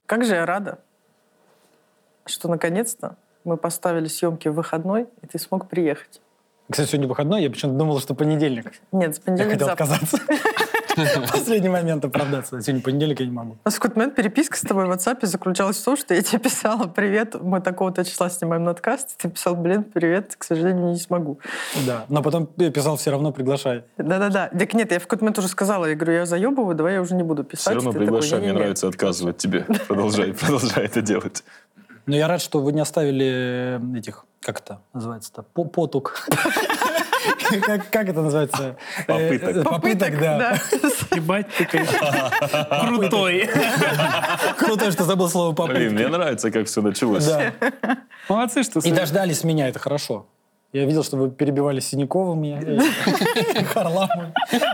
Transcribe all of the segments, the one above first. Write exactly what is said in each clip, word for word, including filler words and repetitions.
Как же я рада, что наконец-то мы поставили съемки в выходной, и ты смог приехать. Кстати, сегодня выходной, я почему-то думал, что понедельник. Нет, с понедельника Я хотел отказаться. В последний момент оправдаться. Сегодня понедельник, я не могу. У нас в какой-то момент переписка с тобой в WhatsApp заключалась в том, что я тебе писала: привет, мы такого-то числа снимаем надкаст. Ты писал: блин, привет, к сожалению, не смогу. Да, но потом писал: все равно приглашай. Да-да-да. Так нет, я в какой-то момент уже сказала, я говорю, я заебываю, давай я уже не буду писать. Все равно приглашай, мне нравится отказывать тебе. Продолжай, продолжай это делать. Но я рад, что вы не оставили этих, как это называется-то, потуг. Как, как это называется? Попыток. Попыток, да. Ебать ты, конечно, крутой. Круто, что забыл слово попытки. Блин, мне нравится, как все началось. Да. Молодцы, что... И дождались меня, это хорошо. Я видел, что вы перебивали Синяковым меня, Харламовым.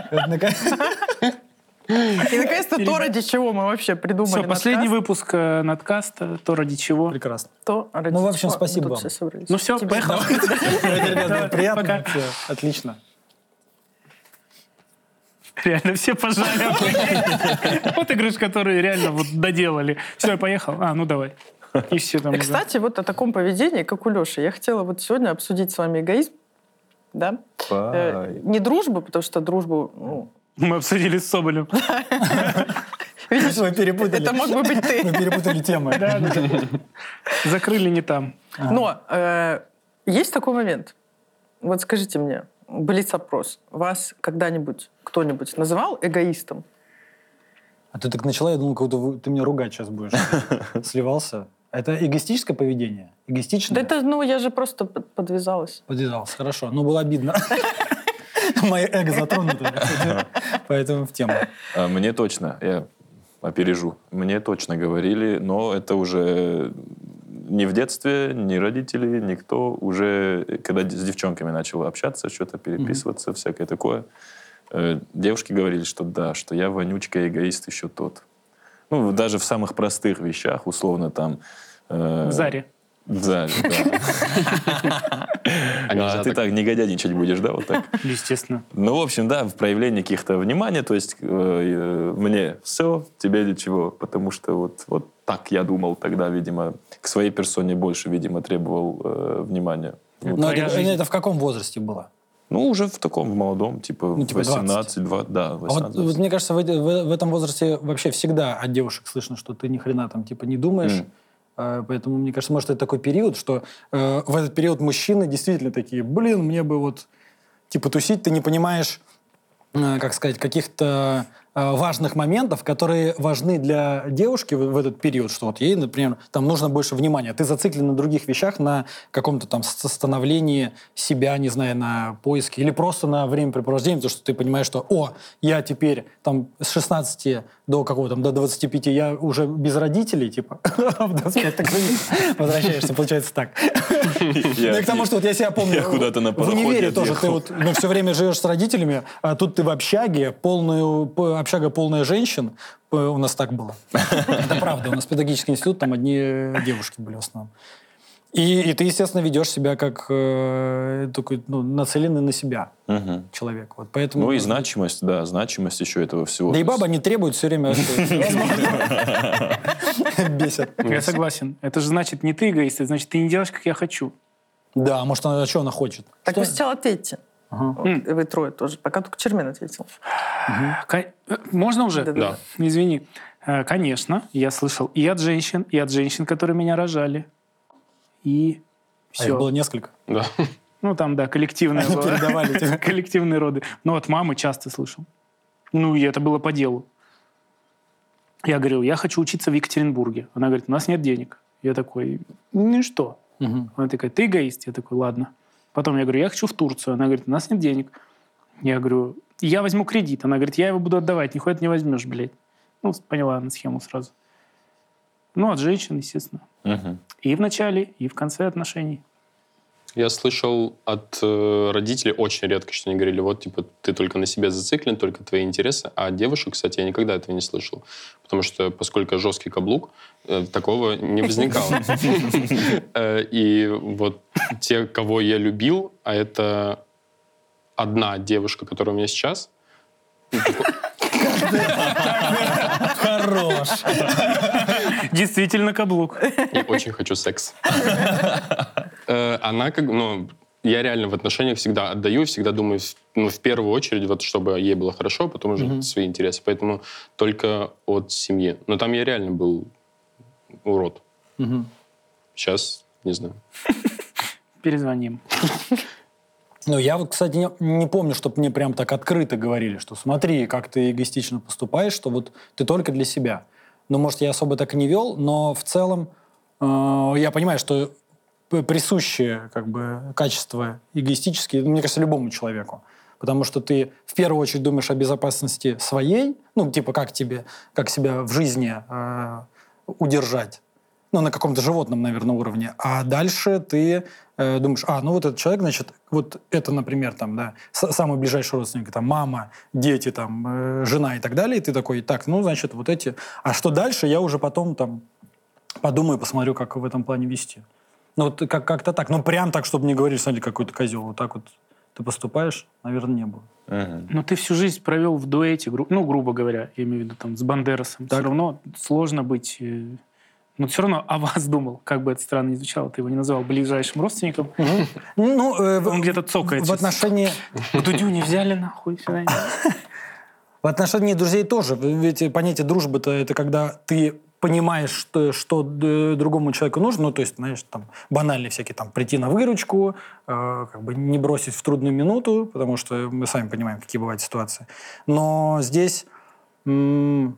И наконец-то то, ради чего мы вообще придумали Все, последний надкаст. выпуск э, надкаста, то ради чего. Прекрасно. То, ради Ну, в общем, чего спасибо мы тут вам. все собрались. Ну все, Тебе поехали. Ребята, приятно. Пока. Всё, отлично. Реально все пожали. Вот игрыш, которые реально вот доделали. Все, я поехал. А, ну давай. И все там. И, кстати, вот о таком поведении, как у Леши, я хотела вот сегодня обсудить с вами эгоизм. Да? Э, не дружбу, потому что дружбу... Ну, Мы обсудили с Соболем. Видишь, вы перепутали. это мог бы быть ты. Мы перепутали темы. Да, да, да. Закрыли не там. Но э, есть такой момент. Вот скажите мне, блиц-опрос. Вас когда-нибудь кто-нибудь называл эгоистом? А ты так начала, я думал, как будто вы- ты меня ругать сейчас будешь. Сливался. Это эгоистическое поведение? Да Эгоистичное? это, ну, я же просто под- подвязалась. Подвязался, хорошо. Ну, было обидно. Мое эго затронуто. Поэтому в тему. А, Мне точно, я опережу, мне точно говорили, но это уже не в детстве, ни родители, никто. Уже, когда с девчонками начал общаться, что-то переписываться, всякое такое, э, девушки говорили, что да, что я вонючка, эгоист еще тот. Ну, даже в самых простых вещах, условно, там... э, В Заре. В Заре, да. А ты так негодяничать будешь, да, вот так? Естественно. Ну, в общем, да, в проявлении каких-то внимания, то есть э, э, мне все, тебе ничего, потому что вот, вот так я думал тогда, видимо, к своей персоне больше, видимо, требовал э, внимания. Вот. Но Твоя это, жизнь. это в каком возрасте было? Ну, уже в таком в молодом, типа, Ну, типа восемнадцать, двадцать, да, А вот, восемнадцать. вот мне кажется, в, в- в этом возрасте вообще всегда от девушек слышно, что ты ни хрена там типа не думаешь. Мгм. Э, Поэтому, мне кажется, может, это такой период, что э, в этот период мужчины действительно такие: блин, мне бы вот типа тусить, ты не понимаешь, э, как сказать, каких-то э, важных моментов, которые важны для девушки в, в этот период, что вот ей, например, там нужно больше внимания. Ты зациклен на других вещах, на каком-то там с- становлении себя, не знаю, на поиске, или просто на времяпрепровождении, потому что ты понимаешь, что, о, я теперь там с шестнадцати до какого там, до двадцати пяти я уже без родителей, типа, в двадцать пять так возвращаешься, получается так. Ну и к тому, что вот я себя помню, я куда-то на в пароходе универе тоже ты отъехал. вот ну, все время живешь с родителями, а тут ты в общаге, полную, п- общага полная женщин. П- У нас так было. Это правда. У нас педагогический институт, там одни девушки были в основном. И, и ты, естественно, ведешь себя как э, такой, ну, нацеленный на себя Мгм. человек. Вот поэтому, Ну и значимость, да, значимость еще этого всего. Да и То есть- бабы не требуют все время. Бесят. Я согласен. Это же значит не ты эгоист, это значит ты не делаешь, как я хочу. Да, может, она что она хочет? Так Что- вы сначала ответьте. Ага. Вот, и вы трое тоже. Пока только Чермен ответил. Ка- э, Можно уже? Да-да-да. Извини. Э, Конечно, я слышал и от женщин, и от женщин, которые меня рожали. И А их все. было несколько. Да. Ну, там, да, коллективные Они было. передавали тебе. Коллективные роды. Но от мамы часто слышал. Ну, и это было по делу. Я говорил, я хочу учиться в Екатеринбурге. Она говорит, у нас нет денег. Я такой, ну и что? Мгм. Она такая, ты эгоист. Я такой, ладно. Потом я говорю, я хочу в Турцию. Она говорит, у нас нет денег. Я говорю, я возьму кредит. Она говорит, я его буду отдавать. Нихуя ты не возьмешь, блядь. Ну, поняла она схему сразу. Ну, от женщин, естественно. Мгм. И в начале, и в конце отношений. Я слышал от э, родителей очень редко, что они говорили, вот, типа, ты только на себе зациклен, только твои интересы. А от девушек, кстати, я никогда этого не слышал. Потому что, поскольку я жесткий каблук, э, такого не возникало. Э, И вот те, кого я любил, а это одна девушка, которая у меня сейчас, Хорошо. Хорош. Действительно каблук. И очень хочу секс. Э, Она как, ну, я реально в отношениях всегда отдаю, всегда думаю, ну, в первую очередь, вот, чтобы ей было хорошо, потом уже Мгм. свои интересы. Поэтому только от семьи. Но там я реально был урод. Мгм. Сейчас не знаю. Перезвоним. Ну, я вот, кстати, не, не помню, чтобы мне прям так открыто говорили, что смотри, как ты эгоистично поступаешь, что вот ты только для себя. Ну, может, я особо так и не вел, но в целом э, я понимаю, что п- присущие как бы качества эгоистические, ну, мне кажется, любому человеку. Потому что ты в первую очередь думаешь о безопасности своей, ну, типа, как тебе, как себя в жизни э, удержать. Ну, на каком-то животном, наверное, уровне. А дальше ты э, думаешь, а, ну вот этот человек, значит, вот это, например, там, да, с- самый ближайший родственник, там, мама, дети, там, э, жена и так далее, и ты такой, так, ну, значит, вот эти. А что дальше, я уже потом там подумаю, посмотрю, как в этом плане вести. Ну, вот как- как-то так. Ну, прям так, чтобы не говорить, смотри, какой-то козел. Вот так вот ты поступаешь, наверное, не было. Мгм. Но ты всю жизнь провел в дуэте, гру- ну, грубо говоря, я имею в виду, там, с Бандерасом. Все Так. равно сложно быть... э, Но все равно о вас думал, как бы это странно ни звучало. Ты его не называл ближайшим родственником. Ну, э, в- Он где-то цокает В сейчас. отношении... К Дудю не взяли, нахуй. сюда не взяли. В отношении друзей тоже. Ведь понятие дружбы-то это когда ты понимаешь, что, что д- другому человеку нужно, ну, то есть, знаешь, там, банальные всякие, там, прийти на выручку, э, как бы не бросить в трудную минуту, потому что мы сами понимаем, какие бывают ситуации. Но здесь... м,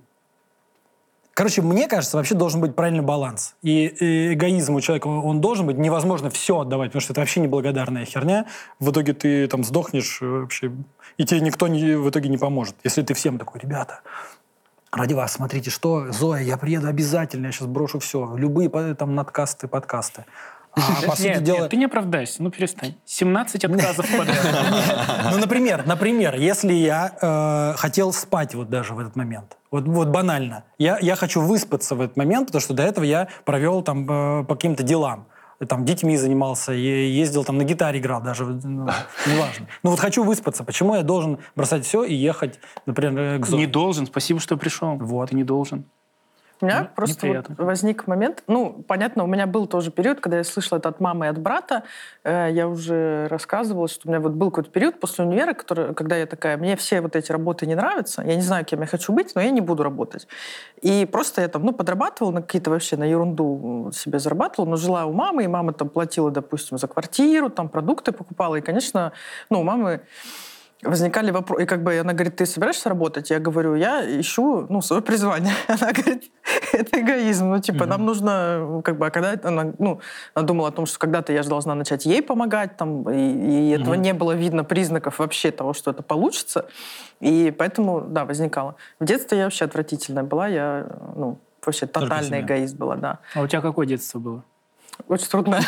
Короче, мне кажется, вообще должен быть правильный баланс. И, и эгоизм у человека, он должен быть. Невозможно все отдавать, потому что это вообще неблагодарная херня. В итоге ты там сдохнешь вообще, и тебе никто не, в итоге не поможет. Если ты всем такой, ребята, ради вас, смотрите, что, Зоя, я приеду обязательно, я сейчас брошу все. Любые по- там надкасты, подкасты. А по сути Нет, дела... нет, ты не оправдайся, ну перестань. семнадцать отказов подряд. Ну, например, например, если я э, хотел спать вот даже в этот момент, вот, вот банально, я, я хочу выспаться в этот момент, потому что до этого я провел там э, по каким-то делам, там детьми занимался, е- ездил там на гитаре играл, даже, ну, неважно. Ну вот хочу выспаться, почему я должен бросать все и ехать, например, э, к Зое? Не должен, спасибо, что пришел. Вот. Ты не должен. У меня Ну, просто вот неприятно. возник момент, ну, понятно, у меня был тоже период, когда я слышала это от мамы и от брата. Э, Я уже рассказывала, что у меня вот был какой-то период после универа, который, когда я такая, мне все вот эти работы не нравятся, я не знаю, кем я хочу быть, но я не буду работать. И просто я там, ну, подрабатывала на какие-то вообще, на ерунду себе зарабатывала, но жила у мамы, и мама там платила, допустим, за квартиру, там продукты покупала, и, конечно, ну, у мамы возникали вопросы. И как бы она говорит, ты собираешься работать? Я говорю, я ищу, ну, свое призвание. Она говорит, это эгоизм. Ну, типа, mm-hmm. нам нужно, как бы, а когда она, ну, она думала о том, что когда-то я же должна начать ей помогать, там, и, и этого mm-hmm. не было видно признаков вообще того, что это получится. И поэтому, да, возникало. В детстве я вообще отвратительная была, я, ну, вообще тотальный эгоист была, да. А у тебя какое детство было? Очень трудно.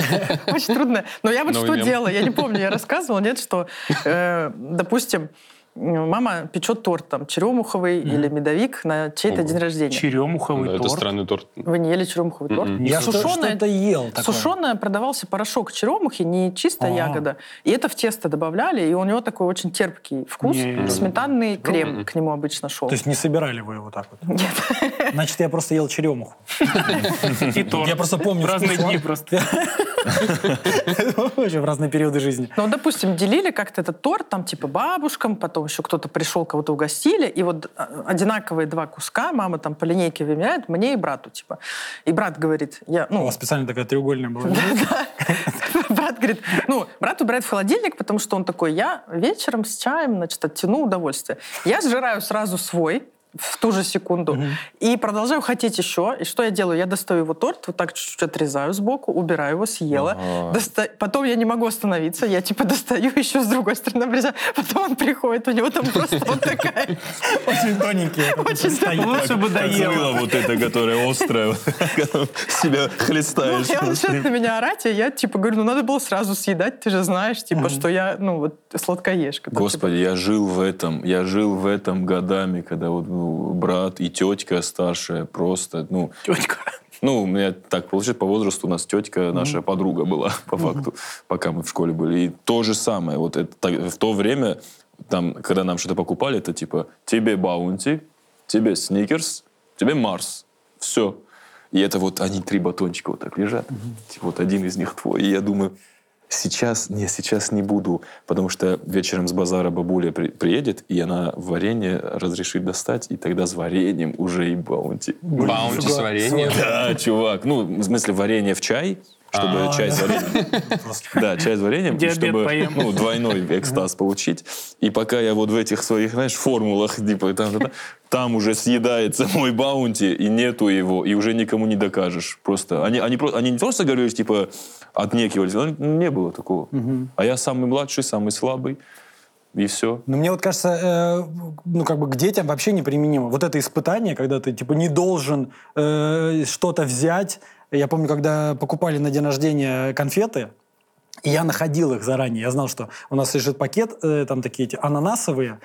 Очень трудно. Но я вот Новый что мем. делала, я не помню, я рассказывала, нет, что, э, допустим, мама печет торт, там, черемуховый или медовик на чей-то Ого. день рождения. Черемуховый Да, это торт. странный торт. Вы не ели черемуховый торт? Мгм. Я Сушеное- что-то ел такое. Сушеное продавался порошок черемухи, не чистая А. ягода. И это в тесто добавляли, и у него такой очень терпкий вкус. Не. Сметанный крем Мгм. к нему обычно шел. То есть не собирали вы его так вот? Нет. Значит, я просто ел черемуху. И торт. Я просто помню В разные вкус. дни просто. Вообще в разные периоды жизни. Ну, допустим, делили как-то этот торт, там, типа, бабушкам, потом еще кто-то пришел, кого-то угостили, и вот а, одинаковые два куска мама там по линейке вымеряет мне и брату, типа. И брат говорит, я, У ну, вас специально такая треугольная была. брат говорит, ну, брат убирает в холодильник, потому что он такой, я вечером с чаем, значит, оттяну удовольствие. Я сжираю сразу свой, в ту же секунду. Мгм. И продолжаю хотеть еще. И что я делаю? Я достаю его торт, вот так чуть-чуть отрезаю сбоку, убираю его, съела. Ага. Доста- Потом я не могу остановиться. Я типа достаю еще с другой стороны обрезаю. Потом он приходит, у него там просто вот такая... Очень тоненький. Очень Лучше бы доела. Злыла вот эта, которая острая, когда себя Ну, хлестаешь. и он начинает на меня орать, и я типа говорю, ну надо было сразу съедать, ты же знаешь, типа, что я, ну вот, сладкоежка. Там, Господи, я жил в этом, я жил в этом годами, когда вот ну, брат и тетка старшая просто, ну, Тетка. ну, у меня так получилось, по возрасту у нас тетка наша подруга была, по факту, пока мы в школе были. И то же самое, вот это, так, в то время, там, когда нам что-то покупали, это типа тебе баунти, тебе сникерс, тебе Марс. Все. И это вот они три батончика вот так лежат. Mm-hmm. Вот один из них твой. И я думаю, сейчас, не, сейчас не буду. Потому что вечером с базара бабуля при, приедет, и она варенье разрешит достать, и тогда с вареньем уже и баунти. Баунти с вареньем? Да, чувак. Ну, в смысле, варенье в чай, чтобы чай с вареньем. Да, чай с вареньем, чтобы ну, двойной экстаз получить. И пока я вот в этих своих, знаешь, формулах, типа, там, там, там уже съедается мой баунти, и нету его, и уже никому не докажешь. Просто они, они, они не просто говорили, типа, отнекивались, но не было такого. Угу. А я самый младший, самый слабый, и все. Но мне вот кажется, э, ну как бы к детям вообще неприменимо. Вот это испытание, когда ты типа не должен э, что-то взять. Я помню, когда покупали на день рождения конфеты, и я находил их заранее. Я знал, что у нас лежит пакет, э, там такие эти ананасовые.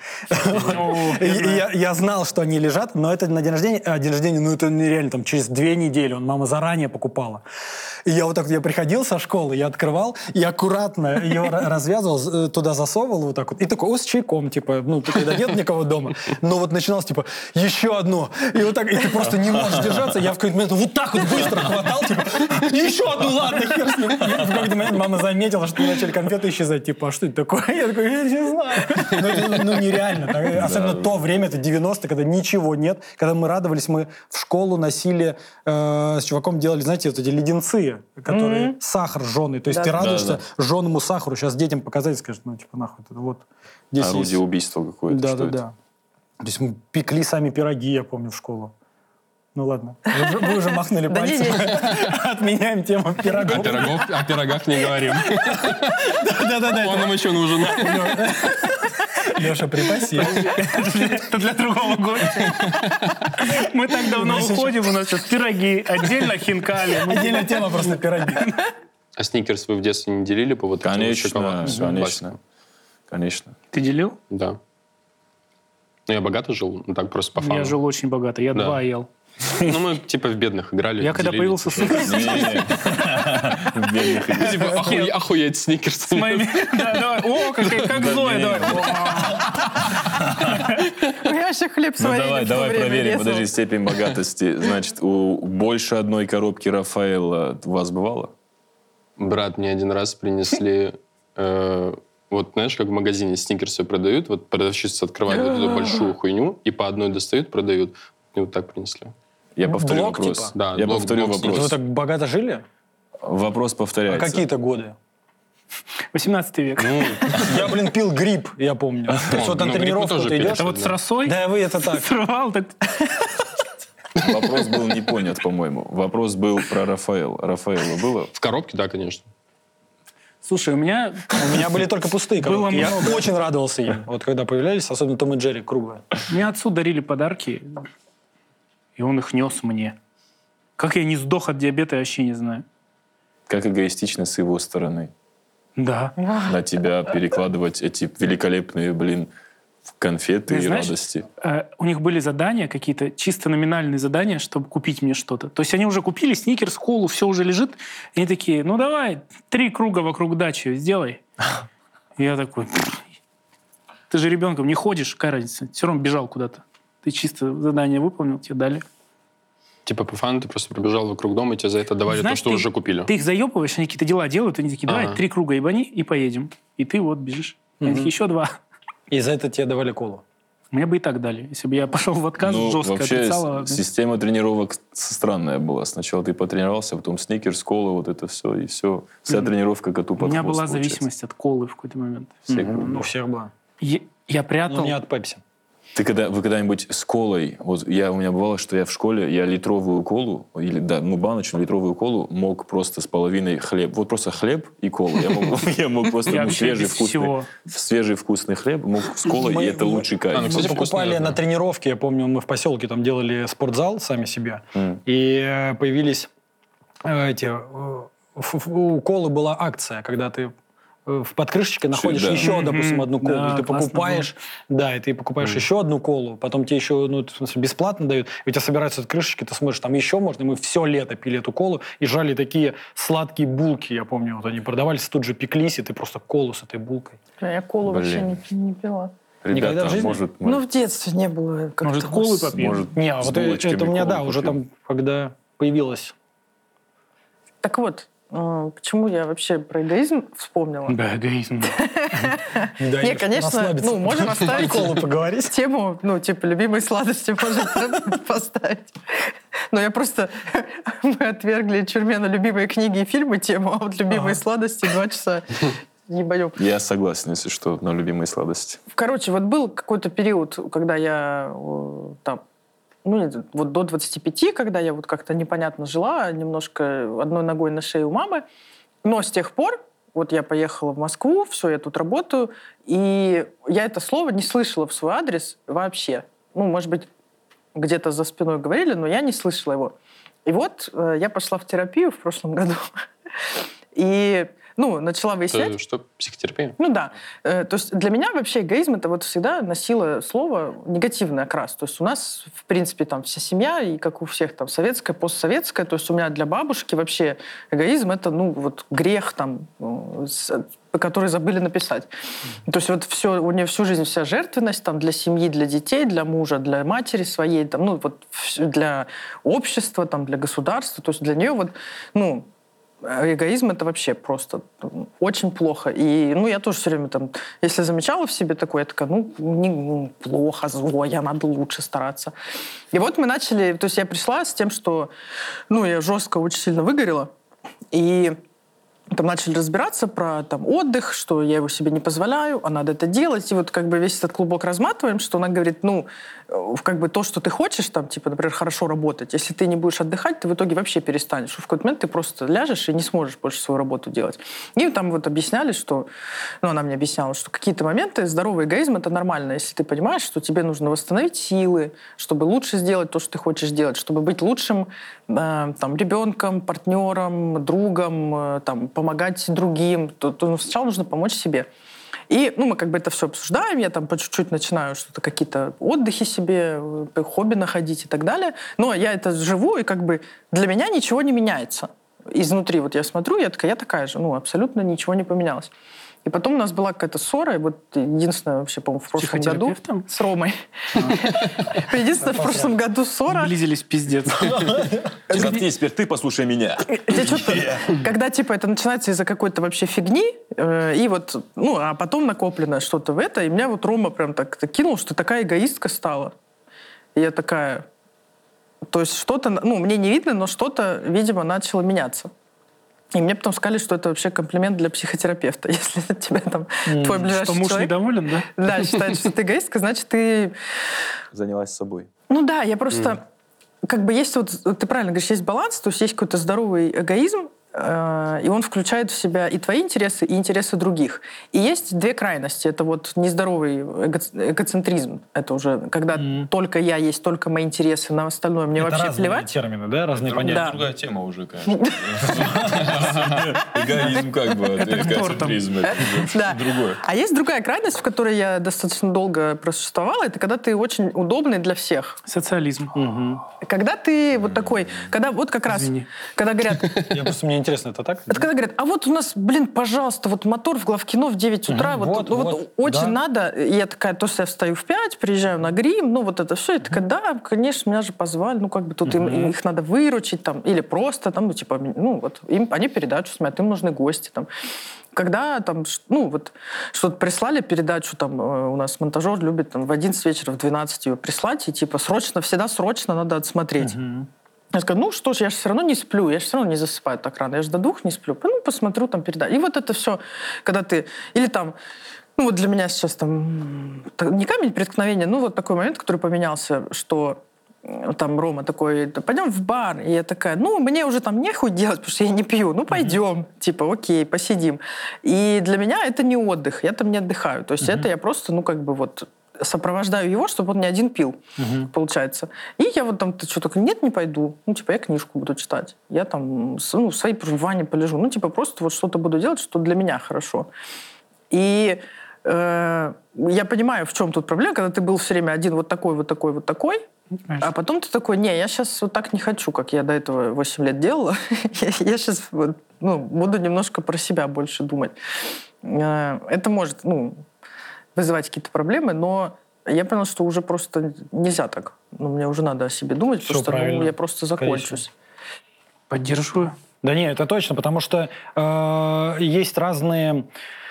Я знал, что они лежат, но это на день рождения, а день рождения, ну это нереально, там через две недели, он мама заранее покупала. И я вот так, я приходил со школы, я открывал, и аккуратно ее развязывал, туда засовывал вот так вот, и такой, о, с чайком, типа, ну, когда нет никого дома. Но вот начиналось, типа, еще одно. И вот так, и ты просто не можешь держаться. Я в какой-то момент вот так вот быстро хватал, типа, еще одну, ладно, хер с ним. И в какой-то момент мама заметила, что начали конфеты исчезать. Типа, а что это такое? Я такой, я не знаю. Ну, это, ну нереально. Особенно то время, это девяностые, когда ничего нет. Когда мы радовались, мы в школу носили, э, с чуваком делали, знаете, вот эти леденцы, которые mm-hmm. сахар жженый. То есть да. ты радуешься да, да. жженому сахару. Сейчас детям показать, скажешь, ну, типа, нахуй, это вот здесь орудие есть... убийства какое-то. Да, да, это? да. То есть мы пекли сами пироги, я помню, в школу. Ну ладно, вы уже, вы уже махнули пальцем. Отменяем тему пирогов. О, пирогов, о пирогах не говорим. Да-да-да. Он нам еще нужен. Леша, припаси. Это для другого гостя. Мы так давно уходим, у нас сейчас пироги, отдельно хинкали. Отдельная тема просто пироги. А сникерс вы в детстве не делили по вот этим шоколадам? Конечно, конечно. Ты делил? Да. Ну, я богато жил, ну так просто по фану. Я жил очень богато, я два ел. Ну, мы типа в бедных играли. Я когда появился сникерс... В бедных играли. Типа охуеть сникерс. С моими... Да, давай. О, как Зоя, давай. Я еще хлеб с Ну вареньем давай, давай проверим, подожди, степень богатости. Значит, у больше одной коробки Рафаэлло у вас бывало? Брат, мне один раз принесли... Вот знаешь, как в магазине сникерсы продают, вот продавщица открывает вот эту большую хуйню и по одной достают, продают. И вот так принесли. Я повторю блок, вопрос. Типа? Да, Я блок, повторю блок вопрос. Вы так богато жили? Вопрос повторяется. А какие-то годы? восемнадцатый век. Ну, Я, блин, пил гриб, я помню. То есть вот на ну, гриб мы тренировку тоже ты пили. идешь... Это вот с росой? Да, вы это так. Срывал так... Вопрос был не понят, по-моему. Вопрос был про Рафаэлло. Рафаэлло было? в коробке, да, конечно. Слушай, у меня... У меня были только пустые коробки. Было Я много. очень радовался им. Вот когда появлялись, особенно Том и Джерри круглые. Мне отцу дарили подарки, и он их нес мне. Как я не сдох от диабета, я вообще не знаю. Как эгоистично с его стороны. Да. На тебя перекладывать эти великолепные, блин, конфеты Ты и знаешь, радости. э, у них были задания какие-то, чисто номинальные задания, чтобы купить мне что-то. То есть они уже купили сникерс, колу, все уже лежит. И они такие, ну давай, три круга вокруг дачи сделай. И я такой, ты же ребенком не ходишь, какая разница? Все равно бежал куда-то. Ты чисто задание выполнил, тебе дали. Типа по фану ты просто пробежал вокруг дома, и тебе за это давали Знаешь, то, что ты, уже купили. Ты их заебываешь, они какие-то дела делают, они такие, давай, Ага. три круга ебани и поедем. И ты вот бежишь. Они такие, еще два. И за это тебе давали колу. Мне бы и так дали. Если бы я пошел в отказ, Ну, жестко вообще, отрицал. с- система тренировок странная была. Сначала ты потренировался, потом сникерс, кола, вот это все, и все. Вся тренировка коту У под меня хвост, была получается. зависимость от колы в какой-то момент. Всех Мгм. У всех была. Я, я прятал... Но не от Пепси. Ты когда, вы когда-нибудь с колой, вот я, у меня бывало, что я в школе, я литровую колу, или, да, ну, баночную литровую колу мог просто с половиной хлеб. Вот просто хлеб и колу. Я мог, я мог просто Я ну, вообще свежий, без вкусный, всего. свежий вкусный хлеб, мог с колой, Мы- и это мы- лучший кайф. А, ну, Мы кстати, покупали вкусно, да. на тренировке, я помню, мы в поселке там делали спортзал сами себе, М. и э, появились э, эти... э, ф- ф- у колы была акция, когда ты э, в подкрышечке находишь да. еще, Мгм. допустим, одну колу, Да, и ты классно покупаешь, да, и ты покупаешь еще одну колу, потом тебе еще, ну, в смысле, бесплатно дают, и у тебя собираются от крышечки, ты смотришь, там еще можно, и мы все лето пили эту колу, и жали такие сладкие булки, я помню, вот они продавались, тут же пеклись, и ты просто колу с этой булкой. Я колу Блин. вообще не, не пила. Никогда в Ребята, жизни? может, мы... Ну, в детстве не было как-то. Может, колы с- попьем? может, Не, а с вот это, булочками это у меня, колы да, уже попьем. там, когда появилось. Так вот, э, почему я вообще про эгоизм вспомнила? Да, эгоизм. Не, конечно, ну, можем оставить колу поговорить. тему, ну, типа, любимые сладости можем поставить. Но я просто... Мы отвергли Чурмена любимые книги и фильмы тему, а вот любимые сладости два часа ебанем. Я согласен, если что, на любимые сладости. Короче, вот был какой-то период, когда я э, там, ну, не знаю, вот до двадцати пяти, когда я вот как-то непонятно жила, немножко одной ногой на шее у мамы. Но с тех пор, вот я поехала в Москву, все, я тут работаю, и я это слово не слышала в свой адрес вообще. Ну, может быть, где-то за спиной говорили, но я не слышала его. И вот э, я пошла в терапию в прошлом году. И, ну, начала выяснять... Это что, психотерапия? Ну да. Э, то есть для меня вообще эгоизм это вот всегда носило слово негативный окрас. То есть у нас, в принципе, там вся семья, и как у всех там советская, постсоветская. То есть у меня для бабушки вообще эгоизм это, ну, вот грех там, ну, с- который забыли написать. То есть вот все, у нее всю жизнь вся жертвенность там для семьи, для детей, для мужа, для матери своей, там, ну, вот вс- для общества, там, для государства. То есть для нее вот, ну, эгоизм это вообще просто ну, очень плохо. И, ну, я тоже все время там, если замечала в себе такое, я такая, ну, не, ну, плохо, злое, надо лучше стараться. И вот мы начали, то есть я пришла с тем, что, ну, я жестко очень сильно выгорела, и там начали разбираться про там, отдых, что я его себе не позволяю, а надо это делать. И вот как бы весь этот клубок разматываем, что она говорит, ну, э, как бы то, что ты хочешь, там, типа, например, хорошо работать, если ты не будешь отдыхать, ты в итоге вообще перестанешь. В какой-то момент ты просто ляжешь и не сможешь больше свою работу делать. И там вот объясняли, что, ну, она мне объясняла, что какие-то моменты здоровый эгоизм — это нормально, если ты понимаешь, что тебе нужно восстановить силы, чтобы лучше сделать то, что ты хочешь делать, чтобы быть лучшим э, там, ребенком, партнером, другом, э, там, помогать другим, то, то сначала нужно помочь себе. И ну, мы как бы это все обсуждаем, я там по чуть-чуть начинаю что-то, какие-то отдыхи себе, э, хобби находить и так далее. Но я это живу, и как бы для меня ничего не меняется. Изнутри вот я смотрю, я такая, я такая же, ну, абсолютно ничего не поменялось. И потом у нас была какая-то ссора, и вот единственное вообще, по-моему, в прошлом году Психотерапевтом? с Ромой. Единственное, в прошлом году ссора. Близились пиздец. Заткнись, теперь ты послушай меня. Где что-то, когда типа это начинается из-за какой-то вообще фигни, э, и вот, ну, а потом накоплено что-то в это, и меня вот Рома прям так, так кинул, что такая эгоистка стала. И я такая... То есть что-то, ну, мне не видно, но что-то, видимо, начало меняться. И мне потом сказали, что это вообще комплимент для психотерапевта. Если тебя там твой ближайший Что муж человек... недоволен, да? Да, считает, что ты эгоистка, значит, ты... Занялась собой. Ну да, я просто... Как бы есть вот... Ты правильно говоришь, есть баланс, то есть есть какой-то здоровый эгоизм, э, и он включает в себя и твои интересы, и интересы других. И есть две крайности. Это вот нездоровый эго- эгоцентризм. Это уже когда Мгм. только я есть, только мои интересы, на остальное мне Это вообще разные плевать. термины, да, разные Друг- понятия. Да. Другая тема уже, конечно. Эгоизм как бы, Это к тортам. эгоцентризм, это уже Да. другое. А есть другая крайность, в которой я достаточно долго просуществовала, это когда ты очень удобный для всех. Социализм. Мгм. Когда ты вот такой, когда вот как раз, Извини. когда говорят, Я просто, мне интересно, это так? это когда говорят, а вот у нас, блин, пожалуйста, вот мотор в главкино в девять утра, Мгм, вот, вот, ну, вот вот, очень да. надо. И я такая, то есть я встаю в пять, приезжаю на грим, ну вот это все, и такая, да, конечно, меня же позвали, ну как бы тут им, Мгм. их надо выручить там, или просто там, ну типа, ну вот, им, они передачу смотрят, им нужны гости там. Когда там, ш- ну вот, что-то прислали передачу, там, э, у нас монтажер любит там в одиннадцать вечера, в двенадцать ее прислать, и типа срочно, всегда срочно надо отсмотреть. Мгм. Я сказала, ну что ж, я же все равно не сплю, я же все равно не засыпаю так рано, я же до двух не сплю. Ну, посмотрю там передачу. И вот это все, когда ты... Или там, ну вот для меня сейчас там... м, Не камень преткновения, ну вот такой момент, который поменялся, что э, там Рома такой, «Да пойдем в бар. И я такая, ну, мне уже там нехуй делать, потому что я не пью. Ну, пойдем. Типа, окей, посидим. И для меня это не отдых, я там не отдыхаю. То есть это я просто, ну, как бы вот сопровождаю его, чтобы он не один пил, Мгм. получается. И я вот там что-то такой, нет, не пойду. Ну, типа, я книжку буду читать. Я там, с- ну, в своей в ванне полежу. Ну, типа, просто вот что-то буду делать, что для меня хорошо. И э, я понимаю, в чем тут проблема, когда ты был все время один вот такой, вот такой, вот такой, а потом ты такой, не, я сейчас вот так не хочу, как я до этого восемь лет делала. Я сейчас вот, ну, буду немножко про себя больше думать. Э, Это может, ну, вызывать какие-то проблемы, но я поняла, что уже просто нельзя так. Ну, мне уже надо о себе думать, Всё потому что правильно. ну, я просто закончусь. Поддерживаю. Да нет, это точно, потому что э, есть разные...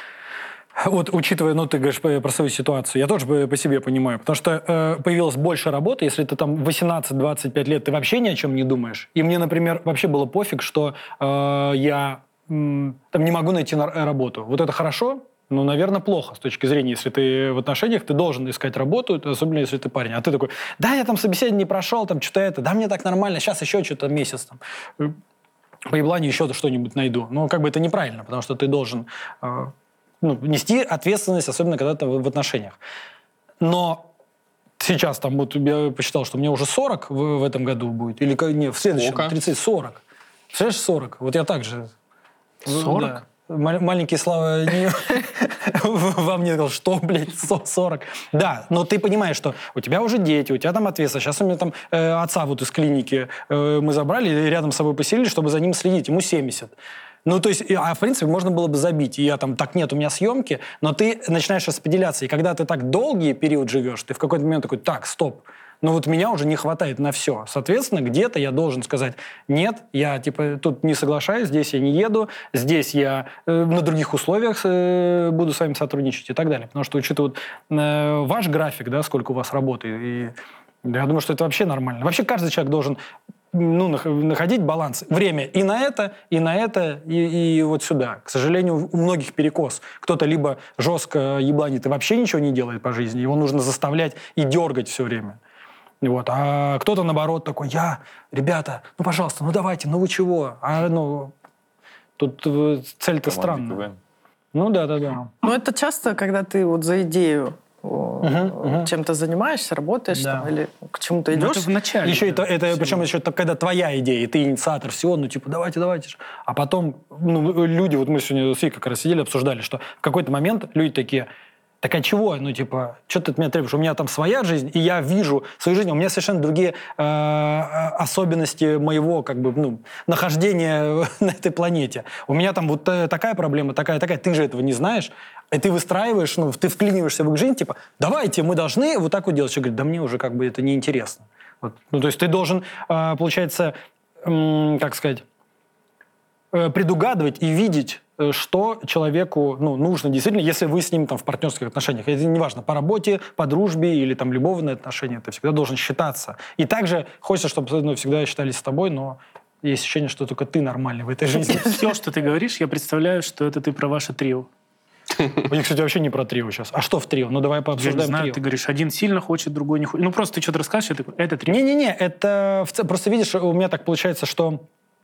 Вот, учитывая, ну, ты говоришь про свою ситуацию, я тоже по себе понимаю, потому что э, появилось больше работы, если ты там восемнадцать-двадцать пять лет, ты вообще ни о чем не думаешь. И мне, например, вообще было пофиг, что э, я м, там не могу найти на- работу. Вот это хорошо? Ну, наверное, плохо с точки зрения, если ты в отношениях, ты должен искать работу, особенно если ты парень. А ты такой, да, я там собеседование не прошел, там что-то это, да, мне так нормально, сейчас еще что-то месяц там. По ебланию еще что-нибудь найду. Но как бы это неправильно, потому что ты должен э, ну, нести ответственность, особенно когда ты в, в отношениях. Но сейчас там вот я посчитал, что мне уже сорок в, в этом году будет, или не, в следующем, Сколько? тридцать, сорок. Представляешь, сорок. Вот я так же. сорок? Да. Мал- маленький Слава не- во мне сказал, что, блядь, со- сорок. Да, но ты понимаешь, что у тебя уже дети, у тебя там ответственность. Сейчас у меня там э, отца вот из клиники э, мы забрали и рядом с собой поселили, чтобы за ним следить. Ему семьдесят. Ну, то есть, и- а в принципе, можно было бы забить. И я там, так, нет, у меня съемки, но ты начинаешь распределяться. И когда ты так долгий период живешь, ты в какой-то момент такой, так, стоп, но вот меня уже не хватает на все. Соответственно, где-то я должен сказать, нет, я типа тут не соглашаюсь, здесь я не еду, здесь я э, на других условиях э, буду с вами сотрудничать и так далее. Потому что, учитывая вот, э, ваш график, да, сколько у вас работы, и я думаю, что это вообще нормально. Вообще каждый человек должен ну, нах- находить баланс. Время и на это, и на это, и, и вот сюда. К сожалению, у многих перекос. Кто-то либо жестко ебланит и вообще ничего не делает по жизни, его нужно заставлять и дергать все время. Вот. А кто-то, наоборот, такой, я, ребята, ну, пожалуйста, ну, давайте, ну, вы чего? А, ну, тут э, цель-то Командный странная. КВН. Ну, да-да-да. Ну, это часто, когда ты вот за идею о, Мгм, мгм. чем-то занимаешься, работаешь Да. там, или к чему-то Ну, идешь. это в начале. Еще это, это всего. причем еще так, когда твоя идея, и ты инициатор всего, ну, типа, давайте, давайте же. А потом, ну, люди, вот мы сегодня с Викой как раз сидели, обсуждали, что в какой-то момент люди такие, так а чего? Ну, типа, что ты от меня требуешь? У меня там своя жизнь, и я вижу свою жизнь, у меня совершенно другие э, особенности моего, как бы, ну, нахождения на этой планете. У меня там вот э, такая проблема, такая, такая, ты же этого не знаешь, и ты выстраиваешь, ну, ты вклиниваешься в их жизнь, типа, давайте, мы должны вот так вот делать. Человек говорит, да мне уже как бы это неинтересно. Вот. Ну, то есть ты должен, э, получается, м, как сказать, э, предугадывать и видеть, э, что человеку ну, нужно действительно, если вы с ним там, в партнерских отношениях. Это неважно, по работе, по дружбе или там любовные отношения, ты всегда должен считаться. И также хочется, чтобы ну, всегда считались с тобой, но есть ощущение, что только ты нормальный в этой жизни. Все, что ты говоришь, я представляю, что это ты про ваше трио. Я, кстати, вообще не про трио сейчас. А что в трио? Ну, давай Я не пообсуждаем знаю, трио. ты говоришь, один сильно хочет, другой не хочет. Ну, просто ты что-то расскажешь, я такой, это трио. Не-не-не, это в ц- просто видишь, у меня так получается, что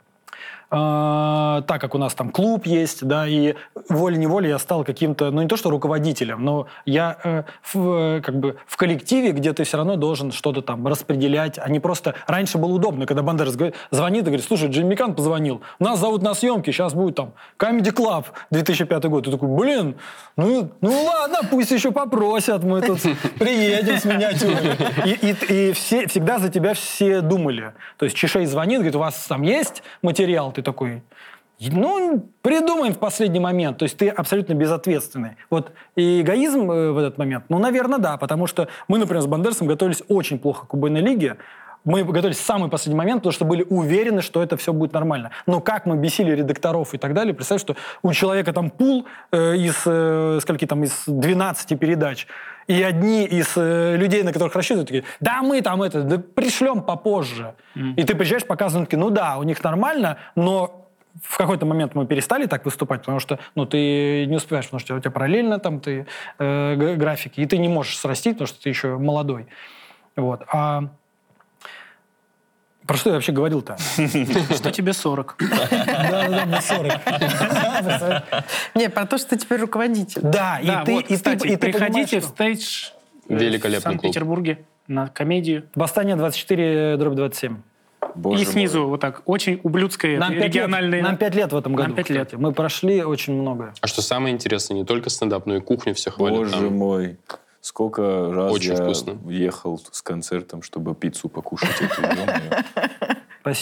э, так как у нас там клуб есть, да, и волей-неволей я стал каким-то, ну не то что руководителем, но я э, в, как бы в коллективе, где ты все равно должен что-то там распределять, а не просто... Раньше было удобно, когда Бандерас говорит- звонит и говорит, слушай, Джимми Кан позвонил, нас зовут на съемки, сейчас будет там Comedy Club две тысячи пятый год. Ты такой, блин, ну, ну ладно, пусть еще попросят, мы тут приедем с миниатюрой. И, и- и все, всегда за тебя все думали. То есть Чишей звонит, говорит, у вас там есть материал? Ты такой, ну, придумаем в последний момент. То есть ты абсолютно безответственный. Вот и эгоизм э, в этот момент, ну, наверное, да, потому что мы, например, с Бандерасом готовились очень плохо к убойной лиге. Мы готовились в самый последний момент, потому что были уверены, что это все будет нормально. Но как мы бесили редакторов и так далее, представь, что у человека там пул э, из, э, скольки там, из двенадцати передач, и одни из э, людей, на которых рассчитывают, такие, да мы там это, да пришлем попозже. Mm. И ты приезжаешь, показывают, такие, ну да, у них нормально, но в какой-то момент мы перестали так выступать, потому что ну, ты не успеваешь, потому что у тебя параллельно там ты, э, г- графики, и ты не можешь срастить, потому что ты еще молодой. Вот. А про что я вообще говорил-то? Что тебе сорок? Да-да-да, мне сорок. Не, про то, что ты теперь руководитель. Да, и Да, ты... вот, и ты- кстати, и ты приходите понимаешь, в что- стейдж э, Великолепный в Санкт-Петербурге на комедию. Восстание двадцать четыре дробь двадцать семь. Боже И снизу мой. вот так, очень ублюдское, Нам пять лет, региональные... нам пять лет в этом году, Нам пять кстати. лет. Мы прошли очень многое. А что самое интересное, не только стендап, но и кухню все хвалят. Боже там. мой. Сколько раз Очень я вкусно. ехал с концертом, чтобы пиццу покушать эту, ё-моё. Спасибо.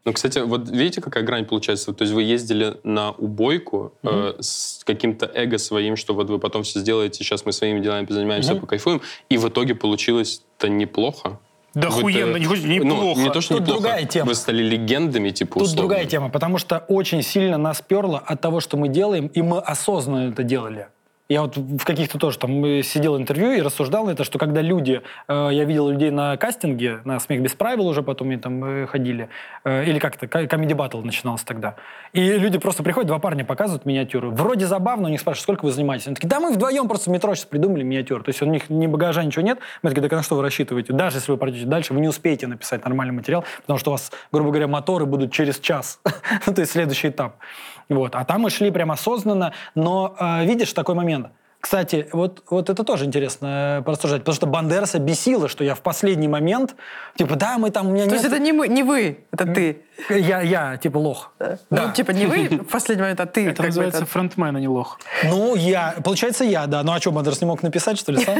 Ну, кстати, вот видите, какая грань получается? То есть вы ездили на убойку Mm-hmm. э, с каким-то эго своим, что вот вы потом все сделаете, сейчас мы своими делами позанимаемся, Mm-hmm. покайфуем, и в итоге получилось-то неплохо. Да Вы-то- охуенно, не- неплохо. Ну, не то, что Тут неплохо. другая тема. Вы стали легендами, типа, Тут условно. другая тема, потому что очень сильно нас перло от того, что мы делаем, и мы осознанно это делали. Я вот в каких-то тоже там э, сидел интервью и рассуждал на это, что когда люди, э, я видел людей на кастинге, на «Смех без правил» уже потом и там э, ходили, э, или как-то Comedy Battle начинался тогда. И люди просто приходят, два парня показывают миниатюры. Вроде забавно, у них спрашивают, сколько вы занимаетесь? Они такие, да мы вдвоем просто в метро сейчас придумали миниатюру. То есть у них ни багажа, ничего нет. Мы такие, да на что вы рассчитываете? Даже если вы пройдете дальше, вы не успеете написать нормальный материал, потому что у вас, грубо говоря, моторы будут через час. То есть следующий этап. Вот. А там мы шли прям осознанно, но э, видишь такой момент. Кстати, вот, вот это тоже интересно э, порассуждать, потому что Бандераса бесило, что я в последний момент, типа, да, мы там, у меня То нет... есть это не, мы, не вы, это ты. Я, я, типа, лох. Да. Да. Ну, типа не вы в последний момент, а ты. Это как бы называется это- фронтмен, а не лох. Ну, я, получается, я, да. Ну, а что, Бандерас не мог написать, что ли, сам?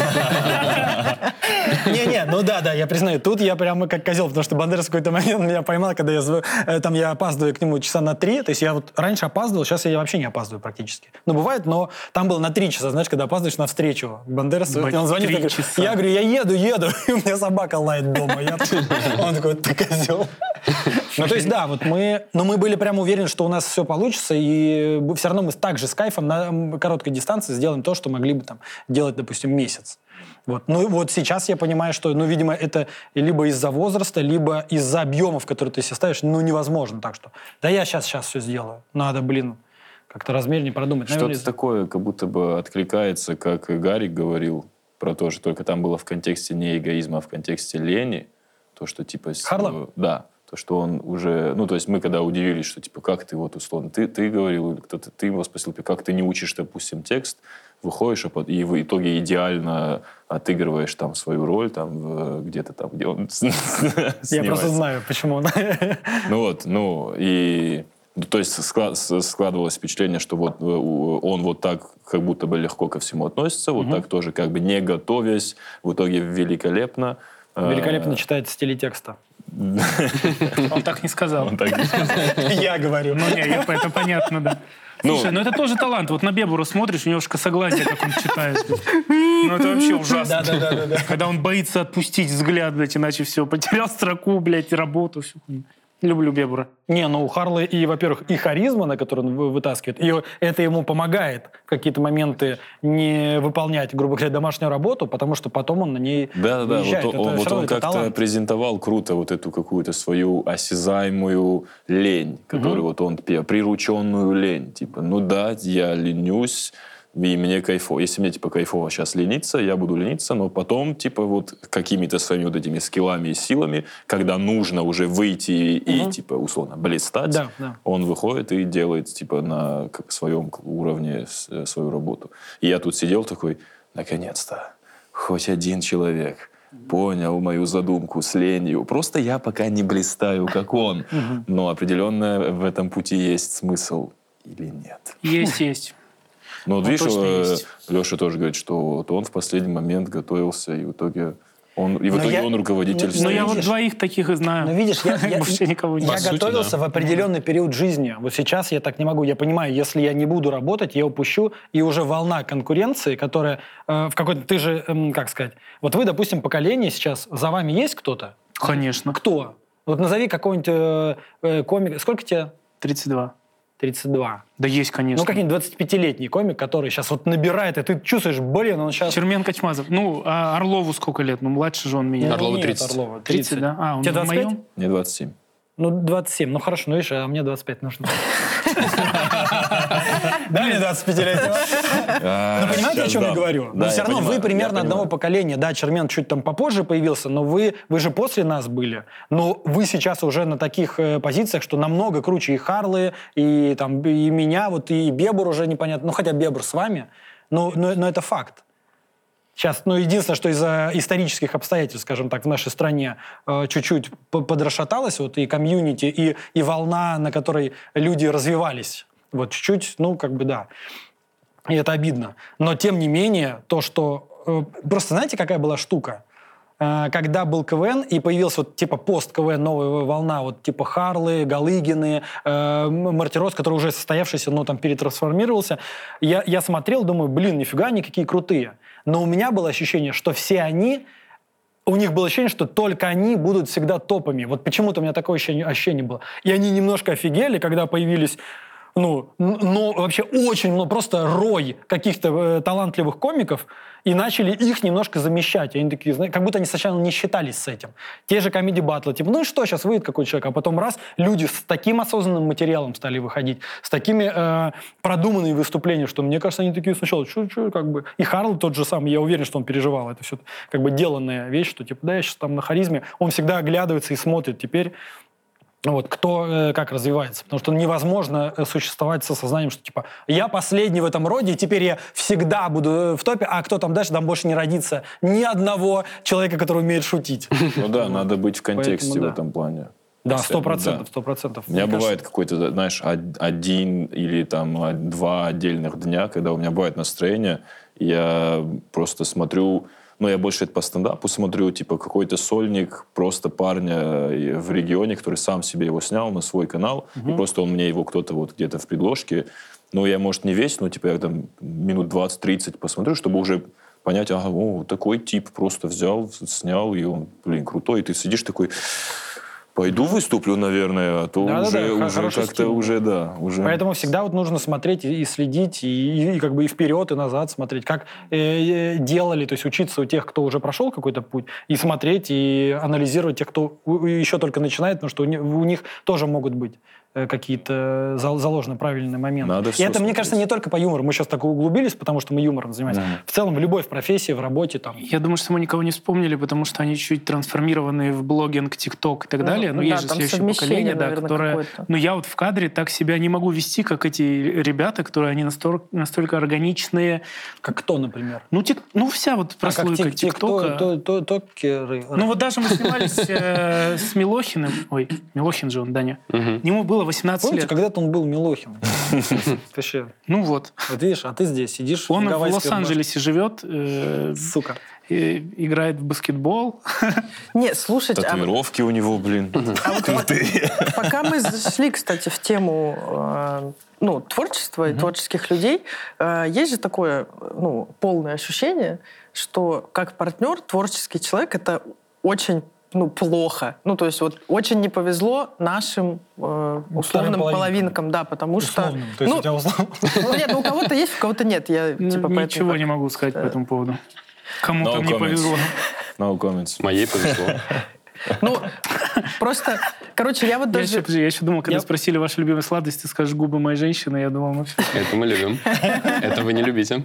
Не-не, ну да, да, я признаю, тут я прямо как козел, потому что Бандерас в какой-то момент меня поймал, когда я, зв- э, там, я опаздываю к нему часа на три, то есть я вот раньше опаздывал, сейчас я вообще не опаздываю практически. Ну, бывает, но там было на три часа, знаешь, когда опаздываешь на встречу к Бандерасу, и он звонит, три и говорит, часа. я говорю, я еду, еду, и у меня собака лает дома. Я- Он такой, ты козел. Ну, то есть, да, вот мы, но мы были прямо уверены, что у нас все получится, и все равно мы также с кайфом на короткой дистанции сделаем то, что могли бы там делать, допустим, месяц. Вот. Ну и вот сейчас я понимаю, что, ну, видимо, это либо из-за возраста, либо из-за объемов, которые ты себе ставишь, ну, невозможно. Так что, да я сейчас, сейчас все сделаю. Надо, блин, как-то размернее продумать. Что-то Наверное, из- такое, как будто бы откликается, как и Гарик говорил про то, что только там было в контексте не эгоизма, а в контексте лени. То, что типа... с- Харлан? Да. То, что он уже... Ну, то есть мы когда удивились, что типа, как ты вот условно... Ты, ты говорил, или кто-то... Ты его спросил, как ты не учишь, допустим, текст, выходишь, а под- и в итоге идеально отыгрываешь там свою роль, там в- где-то там, где он Я снимается. просто знаю, почему. Ну вот, ну и... ну, то есть склад- с- складывалось впечатление, что вот э, у- он вот так как будто бы легко ко всему относится, вот так тоже как бы не готовясь, в итоге великолепно. э, Великолепно читает в стиле текста. Он так не сказал. Он так не сказал. Я говорю. Ну, не, я- это понятно, да. Ну. Слушай, ну это тоже талант. Вот на Бебура смотришь, у него же косоглазие, как он читает. Ну это вообще ужасно. Да-да-да. Когда он боится отпустить взгляд, блядь, иначе все, потерял строку, блядь, и работу. Всю. Люблю Бебура. Не, ну у Харлы и, во-первых, и харизма, на которую он вы- вытаскивает, и это ему помогает в какие-то моменты не выполнять, грубо говоря, домашнюю работу, потому что потом он на ней Да-да-да, выезжает. вот Это он, всё вот равно он это как-то талант. презентовал круто вот эту какую-то свою осязаемую лень, которую вот он пел, прирученную лень. Типа, ну да, я ленюсь, и мне кайфово. Если мне, типа, кайфово сейчас лениться, я буду лениться, но потом, типа, вот какими-то своими вот этими скиллами и силами, когда нужно уже выйти и, типа, условно, блистать, Да, да. он выходит и делает, типа, на к- своем уровне с- э, свою работу. И я тут сидел такой, наконец-то, хоть один человек понял мою задумку с ленью. Просто я пока не блистаю, как он. Но определенно в этом пути есть смысл или нет. Есть, есть. Но вот Ну, видишь, точно э, есть. Леша тоже говорит, что вот он в последний момент готовился, и в итоге он, и в Но итоге я- он руководитель но- Ну я вот встречи. двоих таких и знаю. Ну, видишь, я, я- Больше никого не я сути, готовился да. в определенный период жизни. Вот сейчас я так не могу. Я понимаю, если я не буду работать, я упущу. И уже волна конкуренции, которая э, в какой-то... Ты же, эм, как сказать... Вот вы, допустим, поколение сейчас, за вами есть кто-то? Конечно. Кто? Вот назови какого-нибудь э, э, комика. Сколько тебе? тридцать два. тридцать два. Да есть, конечно. Ну, какой-нибудь двадцатипятилетний комик, который сейчас вот набирает, и ты чувствуешь, блин, он сейчас... Черменко, Чмазов. Ну, а Орлову сколько лет? Ну, младше же он меня. Орлову Нет, тридцать. Орлова, тридцать, да? А, он Тебе в двадцать пять? моем? Мне двадцать семь. Ну, двадцать семь. Ну, хорошо, ну, видишь, а мне двадцать пять нужно. Да, мне двадцатипятилетнего. Ну, понимаете, о чем я говорю? Но все равно вы примерно одного поколения. Да, Чермен чуть там попозже появился, но вы, вы же после нас были. Но вы сейчас уже на таких э, позициях, что намного круче и Харлы, и, там, и меня, вот и Бебур уже непонятно. Ну, хотя Бебур с вами, но, но, но это факт. Сейчас, ну, единственное, что из-за исторических обстоятельств, скажем так, в нашей стране э, чуть-чуть п- подрасшаталось, вот и комьюнити, и, и волна, на которой люди развивались. Вот чуть-чуть, ну, как бы, да. И это обидно. Но, тем не менее, то, что... э, просто знаете, какая была штука? э, когда был КВН, и появился вот типа пост-КВН, новая волна, вот типа Харлы, Галыгины, э, Мартирос, который уже состоявшийся, но там перетрансформировался, я, я смотрел, думаю, блин, нифига, они какие крутые. Но у меня было ощущение, что все они, у них было ощущение, что только они будут всегда топами. Вот почему-то у меня такое ощущение, ощущение было. И они немножко офигели, когда появились, ну, ну вообще очень, ну, просто рой каких-то э, талантливых комиков, и начали их немножко замещать. И они такие, знаете, как будто они сначала не считались с этим. Те же комеди-баттлы, типа, ну и что, сейчас выйдет какой человек, а потом раз, люди с таким осознанным материалом стали выходить, с такими э, продуманными выступлениями, что, мне кажется, они такие сначала, что, как бы... И Харл тот же самый, я уверен, что он переживал. Это все как бы деланная вещь, что, типа, да, я сейчас там на харизме. Он всегда оглядывается и смотрит теперь, вот, кто э, как развивается. Потому что невозможно существовать с осознанием, что, типа, я последний в этом роде, и теперь я всегда буду в топе, а кто там дальше, там больше не родится ни одного человека, который умеет шутить. Ну да, надо быть в контексте в этом плане. Да, сто процентов, сто процентов. У меня бывает какой-то, знаешь, один или там два отдельных дня, когда у меня бывает настроение, я просто смотрю... Но я больше это по стендапу смотрю, типа какой-то сольник просто парня в регионе, который сам себе его снял на свой канал, угу. и просто он мне его кто-то вот где-то в предложке, ну, я, может, не весь, но типа я там минут двадцать-тридцать посмотрю, чтобы уже понять, ага, о, такой тип просто взял, снял, и он, блин, крутой, и ты сидишь такой... Пойду выступлю, наверное, а то да, уже, да, да, уже как-то стиль. уже, да. Уже... Поэтому всегда вот нужно смотреть и, и следить, и, и как бы и вперед, и назад смотреть, как э, делали, то есть учиться у тех, кто уже прошел какой-то путь, и смотреть, и анализировать тех, кто еще только начинает, потому что у них, у них тоже могут быть какие-то заложены правильные моменты. Надо и это, смотреть. Мне кажется, не только по юмору. Мы сейчас так углубились, потому что мы юмором занимаемся. Mm. В целом, в любой в профессии, в работе. Там. Я думаю, что мы никого не вспомнили, потому что они чуть трансформированы в блогинг, ТикТок и так далее. Ну, ну есть да, же следующее поколение, да, которое... Какое-то. Ну, я вот в кадре так себя не могу вести, как эти ребята, которые они настолько, настолько органичные. Как кто, например? Ну, тик, ну вся вот прослойка а ТикТока. Ну, вот даже мы снимались с Милохиным. Ой, Милохин же он, Даня. Ему было восемнадцать Помните, лет. когда-то он был Милохин. Ну вот. Вот видишь, а ты здесь сидишь. Он в Лос-Анджелесе живет. Сука. Играет в баскетбол. Не, слушайте... Татуировки у него, блин. Пока мы зашли, кстати, в тему ну, творчества и творческих людей, есть же такое ну, полное ощущение, что как партнер творческий человек — это очень ну, плохо. Ну, то есть вот очень не повезло нашим э, условным половинкам, да, потому условным. что... То есть ну, у тебя условно? Ну, нет, ну, у кого-то есть, у кого-то нет. Я, типа, ничего поэтому, не могу сказать по этому поводу. Кому no там не повезло. No comments. Моей повезло. Ну, просто, короче, я вот я даже... Еще, я еще думал, когда я... спросили ваши любимые сладости, ты скажешь губы моей женщины, я думал, ну все. Это мы любим. Это вы не любите.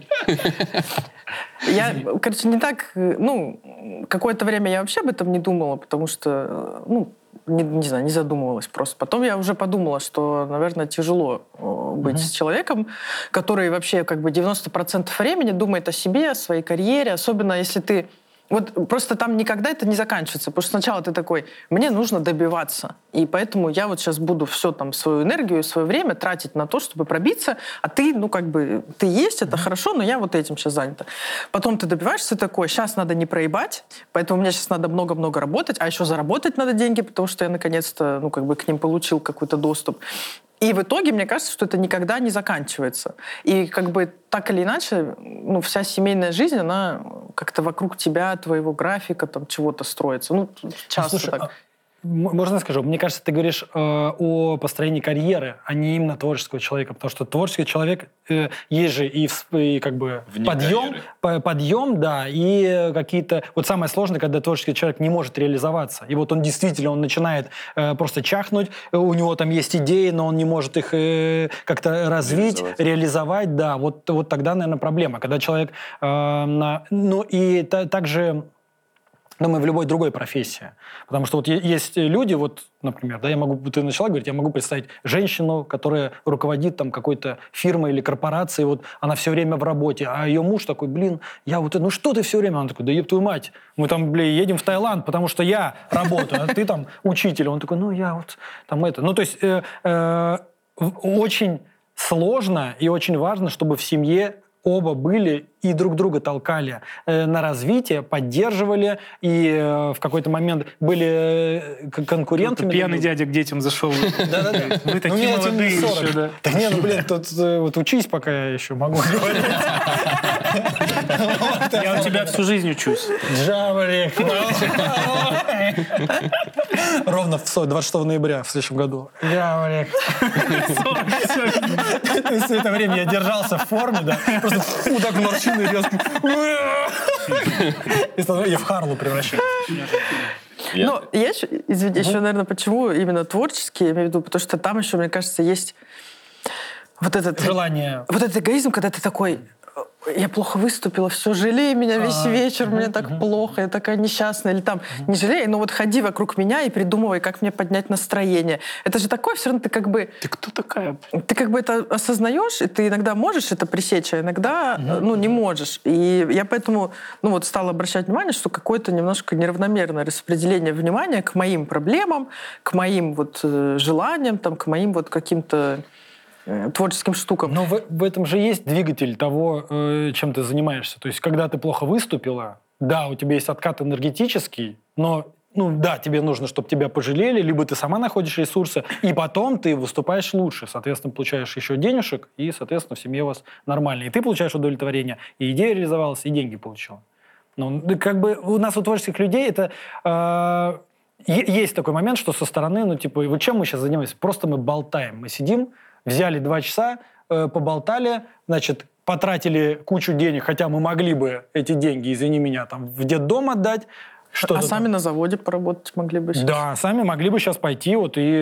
Я, короче, не так... Ну, какое-то время я вообще об этом не думала, потому что, ну, не, не знаю, не задумывалась просто. Потом я уже подумала, что, наверное, тяжело быть mm-hmm. с человеком, который вообще как бы девяносто процентов времени думает о себе, о своей карьере, особенно если ты... Вот просто там никогда это не заканчивается, потому что сначала ты такой, мне нужно добиваться, и поэтому я вот сейчас буду все там, свою энергию, свое время тратить на то, чтобы пробиться, а ты, ну как бы, ты есть, это хорошо, но я вот этим сейчас занята. Потом ты добиваешься такой, сейчас надо не проебать, поэтому мне сейчас надо много-много работать, а еще заработать надо деньги, потому что я наконец-то, ну как бы к ним получил какой-то доступ. И в итоге, мне кажется, что это никогда не заканчивается. И как бы так или иначе, ну, вся семейная жизнь, она как-то вокруг тебя, твоего графика, там, чего-то строится. Ну, часто Слушай, так. А... Можно я скажу? Мне кажется, ты говоришь э, о построении карьеры, а не именно творческого человека, потому что творческий человек э, есть же и, и как бы Вне подъем, по, подъем, да, и какие-то... Вот самое сложное, когда творческий человек не может реализоваться. И вот он действительно, он начинает э, просто чахнуть, у него там есть идеи, но он не может их э, как-то развить, реализовать, реализовать да. Вот, вот тогда, наверное, проблема. Когда человек... Э, на, ну и та, также... Думаю, в любой другой профессии. Потому что вот есть люди, вот, например, да, я могу, ты начала говорить, я могу представить женщину, которая руководит там какой-то фирмой или корпорацией, вот она все время в работе, а ее муж такой, блин, я вот, ну что ты все время? Он такой, да еб твою мать, мы там, блин, едем в Таиланд, потому что я работаю, а ты там учитель. Он такой, ну я вот там это. Ну то есть э, э, очень сложно и очень важно, чтобы в семье оба были и друг друга толкали э, на развитие, поддерживали, и э, в какой-то момент были э, конкурентами. Пьяный дядя к детям зашел. Да-да-да. Вы такие молодые еще, да. Так не, ну, блин, тут э, вот учись, пока я еще могу говорить. Я у тебя всю жизнь учусь. Джаврик. Ровно в двадцать шестого ноября в следующем году. Джаврик. То есть все это время я держался в форме, да, просто вот так морщины резко. И становлюсь, я в Харлу превращаюсь. Я- Ну, я еще, извини, еще, наверное, почему именно творческий, я имею в виду, потому что там еще, мне кажется, есть вот этот... Желание. Вот этот эгоизм, когда ты такой, я плохо выступила, все, жалей меня весь А, вечер, мне так плохо, я такая несчастная. Или там, не жалей, но вот ходи вокруг меня и придумывай, как мне поднять настроение. Это же такое, все равно ты как бы... Ты кто такая? Ты как бы это осознаешь, и ты иногда можешь это пресечь, а иногда, ну, не можешь. И я поэтому, ну, вот стала обращать внимание, что какое-то немножко неравномерное распределение внимания к моим проблемам, к моим вот э, желаниям, там, к моим вот каким-то э, творческим штукам. Но в, в этом же есть двигатель того, э, чем ты занимаешься. То есть, когда ты плохо выступила, да, у тебя есть откат энергетический, но, ну да, тебе нужно, чтобы тебя пожалели, либо ты сама находишь ресурсы, и потом ты выступаешь лучше, соответственно, получаешь еще денежек, и, соответственно, в семье у вас нормально. И ты получаешь удовлетворение, и идея реализовалась, и деньги получила. Ну, как бы у нас, у творческих людей, это... Э, есть такой момент, что со стороны, ну, типа, вот чем мы сейчас занимаемся? Просто мы болтаем. Мы сидим, взяли два часа, э, поболтали, значит, потратили кучу денег, хотя мы могли бы эти деньги, извини меня, там, в детдом отдать. Что-то а сами там. на заводе поработать могли бы сейчас. Да, сами могли бы сейчас пойти вот и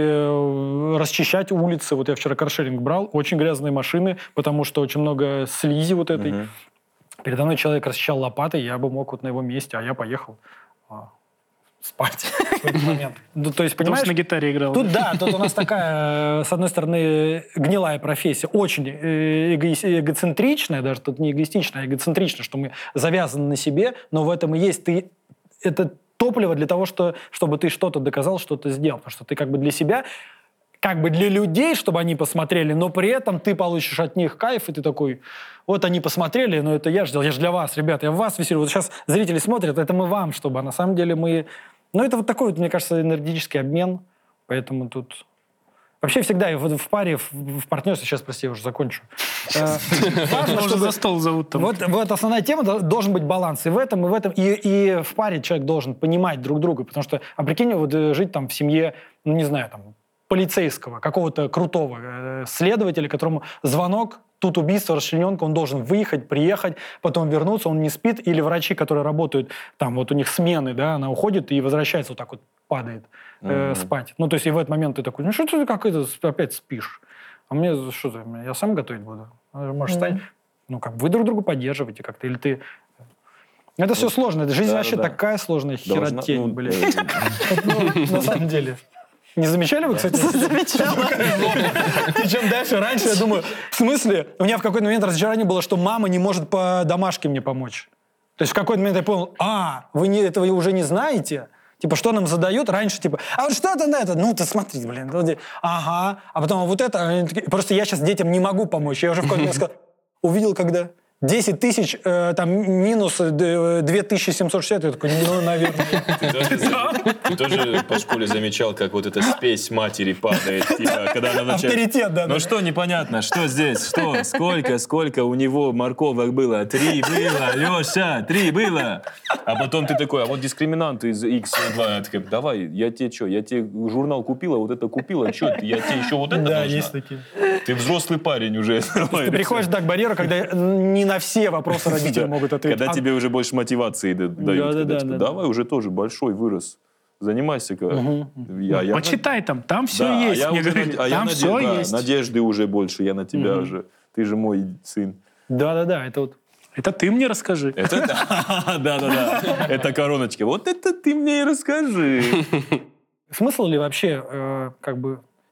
э, расчищать улицы. Вот я вчера каршеринг брал, очень грязные машины, потому что очень много слизи вот этой. Мгм. Передо мной человек расчищал лопатой, я бы мог вот на его месте, а я поехал а, спать в этот момент. Ну, то есть, Потому понимаешь, что на гитаре играл. тут, да, тут у нас такая, э, с одной стороны, гнилая профессия, очень э, эгои- эгоцентричная, даже тут не эгоистичная, а эгоцентричная, что мы завязаны на себе, но в этом и есть ты, это топливо для того, что, чтобы ты что-то доказал, что-то сделал, потому что ты как бы для себя, как бы для людей, чтобы они посмотрели, но при этом ты получишь от них кайф, и ты такой, вот они посмотрели, но это я же делал, я же для вас, ребят, я в вас веселю. Вот сейчас зрители смотрят, это мы вам, чтобы, а на самом деле мы... Ну, это вот такой вот, мне кажется, энергетический обмен, поэтому тут... Вообще всегда и в, в паре, в, в партнерстве, сейчас, прости, я уже закончу. Э, важно, Уже чтобы- за стол зовут там. Вот, вот основная тема, до- должен быть баланс и в этом, и в этом. И, и в паре человек должен понимать друг друга, потому что, а прикинь, вот э, жить там в семье, ну, не знаю, там, полицейского, какого-то крутого э, следователя, которому звонок, тут убийство, расчлененка, он должен выехать, приехать, потом вернуться, он не спит, или врачи, которые работают, там вот у них смены, да, она уходит и возвращается, вот так вот падает э, Мгм. спать. Ну, то есть и в этот момент ты такой, ну, что ты как это опять спишь? А мне что ты, я сам готовить буду. Может, стань, ну, как бы вы друг друга поддерживаете как-то, или ты... Это все сложно, это жизнь да, вообще да. такая сложная Должна- херотень, ну, блин. э, Ну, на самом деле. Не замечали вы, кстати? Замечала. Причем дальше, раньше я думаю, в смысле? У меня в какой-то момент разочарование было, что мама не может по домашке мне помочь. То есть в какой-то момент я понял, а, вы не, этого уже не знаете? Типа, что нам задают? Раньше, типа, а вот что это на это? Ну, ты смотри, блин. вроде, Ага. А потом, а вот это... они такие, просто я сейчас детям не могу помочь. Я уже в какой-то момент сказал, увидел, когда... десять тысяч, э, там, минус э, две тысячи семьсот шестьдесят, я такой, ну, наверное. Ты тоже, за- ты тоже по школе замечал, как вот эта спесь матери падает, типа, когда она начинает... Авторитет, да. Ну да. что, непонятно, что здесь, что, сколько, сколько у него морковок было? Три было, Леша, три было. А потом ты такой, а вот дискриминант из икс два, я такая, давай, я тебе что, я тебе журнал купила, вот это купила, что, я тебе еще вот это Да, должна? есть такие. Ты взрослый парень уже. Ты приходишь так к барьеру, когда не на все вопросы родители могут ответить. Когда А- тебе уже больше мотивации д- дают. да, когда да, типа, да, давай уже тоже большой вырос. Занимайся. Я, я, Почитай там, там все Да, а есть. я Мне уже говорили, наде- а я там наде- все да, есть. надежды уже больше, я на тебя Мгм. уже. Ты же мой сын. Да-да-да, это вот... Это ты мне расскажи. Это да, да, да. Это короночка. Вот это ты мне и расскажи. Смысл ли вообще, э, как бы,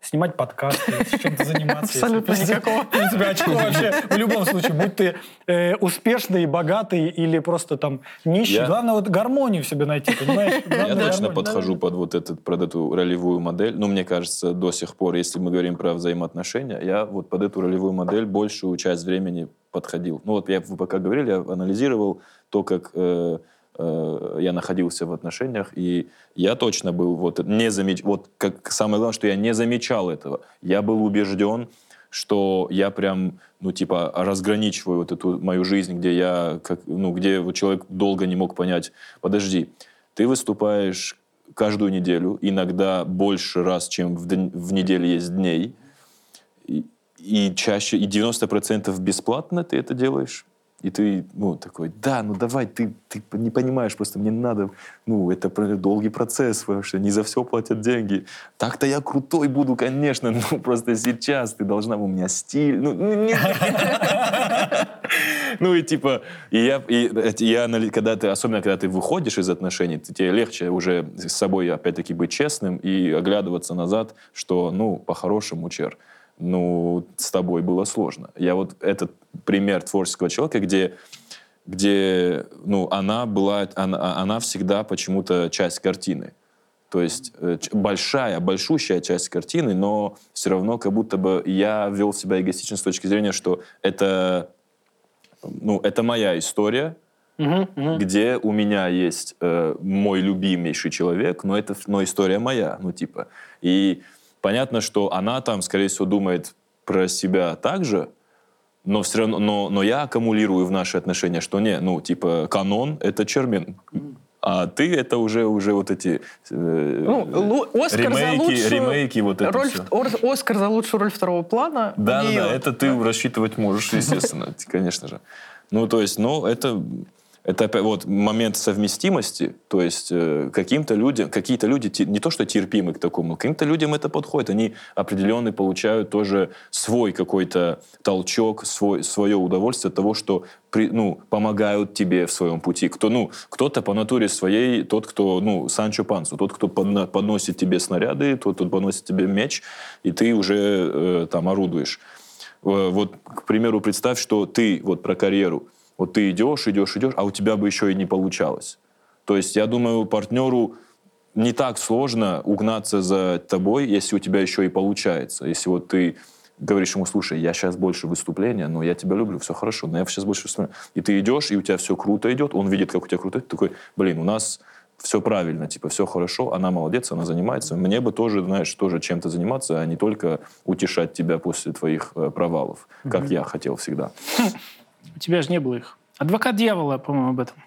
снимать подкасты, с чем-то заниматься. Абсолютно если, никакого. В принципе, очко вообще в любом случае. Будь ты э, успешный, богатый или просто там нищий. Я... Главное вот гармонию в себе найти, понимаешь? Главное, Я точно гармонию. подхожу под вот этот, под эту ролевую модель. Ну, мне кажется, до сих пор, если мы говорим про взаимоотношения, я вот под эту ролевую модель большую часть времени подходил. Ну вот я, вы пока говорили, я анализировал то, как э, э, я находился в отношениях, и я точно был вот не замеч... Вот как самое главное, что я не замечал этого. Я был убежден, что я прям, ну, типа, разграничиваю вот эту мою жизнь, где я, как, ну, где вот человек долго не мог понять, подожди, ты выступаешь каждую неделю, иногда больше раз, чем в, день, в неделе есть дней, и, и чаще, и девяносто процентов бесплатно ты это делаешь. И ты, ну, такой, да, ну давай, ты, ты не понимаешь, просто мне надо, ну, это долгий процесс вообще, не за все платят деньги. Так-то я крутой буду, конечно, ну, просто сейчас ты должна, у меня стиль, ну, нет. Ну, и типа, и я, и я, когда ты, особенно когда ты выходишь из отношений, тебе легче уже с собой, опять-таки, быть честным и оглядываться назад, что, ну, по-хорошему, Чер, ну, с тобой было сложно. Я вот этот пример творческого человека, где, где ну, она была, она, она всегда почему-то часть картины. То есть большая, большущая часть картины, но все равно как будто бы я вел себя эгоистично с точки зрения, что это, ну, это моя история, uh-huh, uh-huh. где у меня есть э, мой любимейший человек, но это но история моя, ну, типа. И понятно, что она там, скорее всего, думает про себя так же, но все равно, но, но я аккумулирую в наши отношения, что не, ну, типа, канон — это Чермин, а ты — это уже, уже вот эти э, ну, Оскар ремейки, за лучшую ремейки, вот это роль, все. Оскар за лучшую роль второго плана. Да, да, да, это ты рассчитывать можешь, естественно, конечно же. Ну, то есть, ну, это... Это опять вот момент совместимости, то есть э, каким-то людям, какие-то люди те, не то что терпимы к такому, каким-то людям это подходит, они определенный получают тоже свой какой-то толчок, свой, свое удовольствие от того, что при, ну, помогают тебе в своем пути. Кто, ну, кто-то по натуре своей, тот, кто, ну, Санчо Пансу, тот, кто подно, подносит тебе снаряды, тот, кто подносит тебе меч, и ты уже э, там орудуешь. Э, вот, к примеру, представь, что ты, вот про карьеру, вот ты идешь, идешь, идешь, а у тебя бы еще и не получалось. То есть, я думаю, партнеру не так сложно угнаться за тобой, если у тебя еще и получается. Если вот ты говоришь ему, слушай, я сейчас больше выступления, но я тебя люблю, все хорошо, но я сейчас больше выступления. И ты идешь, и у тебя все круто идет, он видит, как у тебя круто идет, такой, блин, у нас все правильно, типа, все хорошо, она молодец, она занимается. Мне бы тоже, знаешь, тоже чем-то заниматься, а не только утешать тебя после твоих э, провалов, mm-hmm. как я хотел всегда. У тебя же не было их. Адвокат дьявола, по-моему, об этом.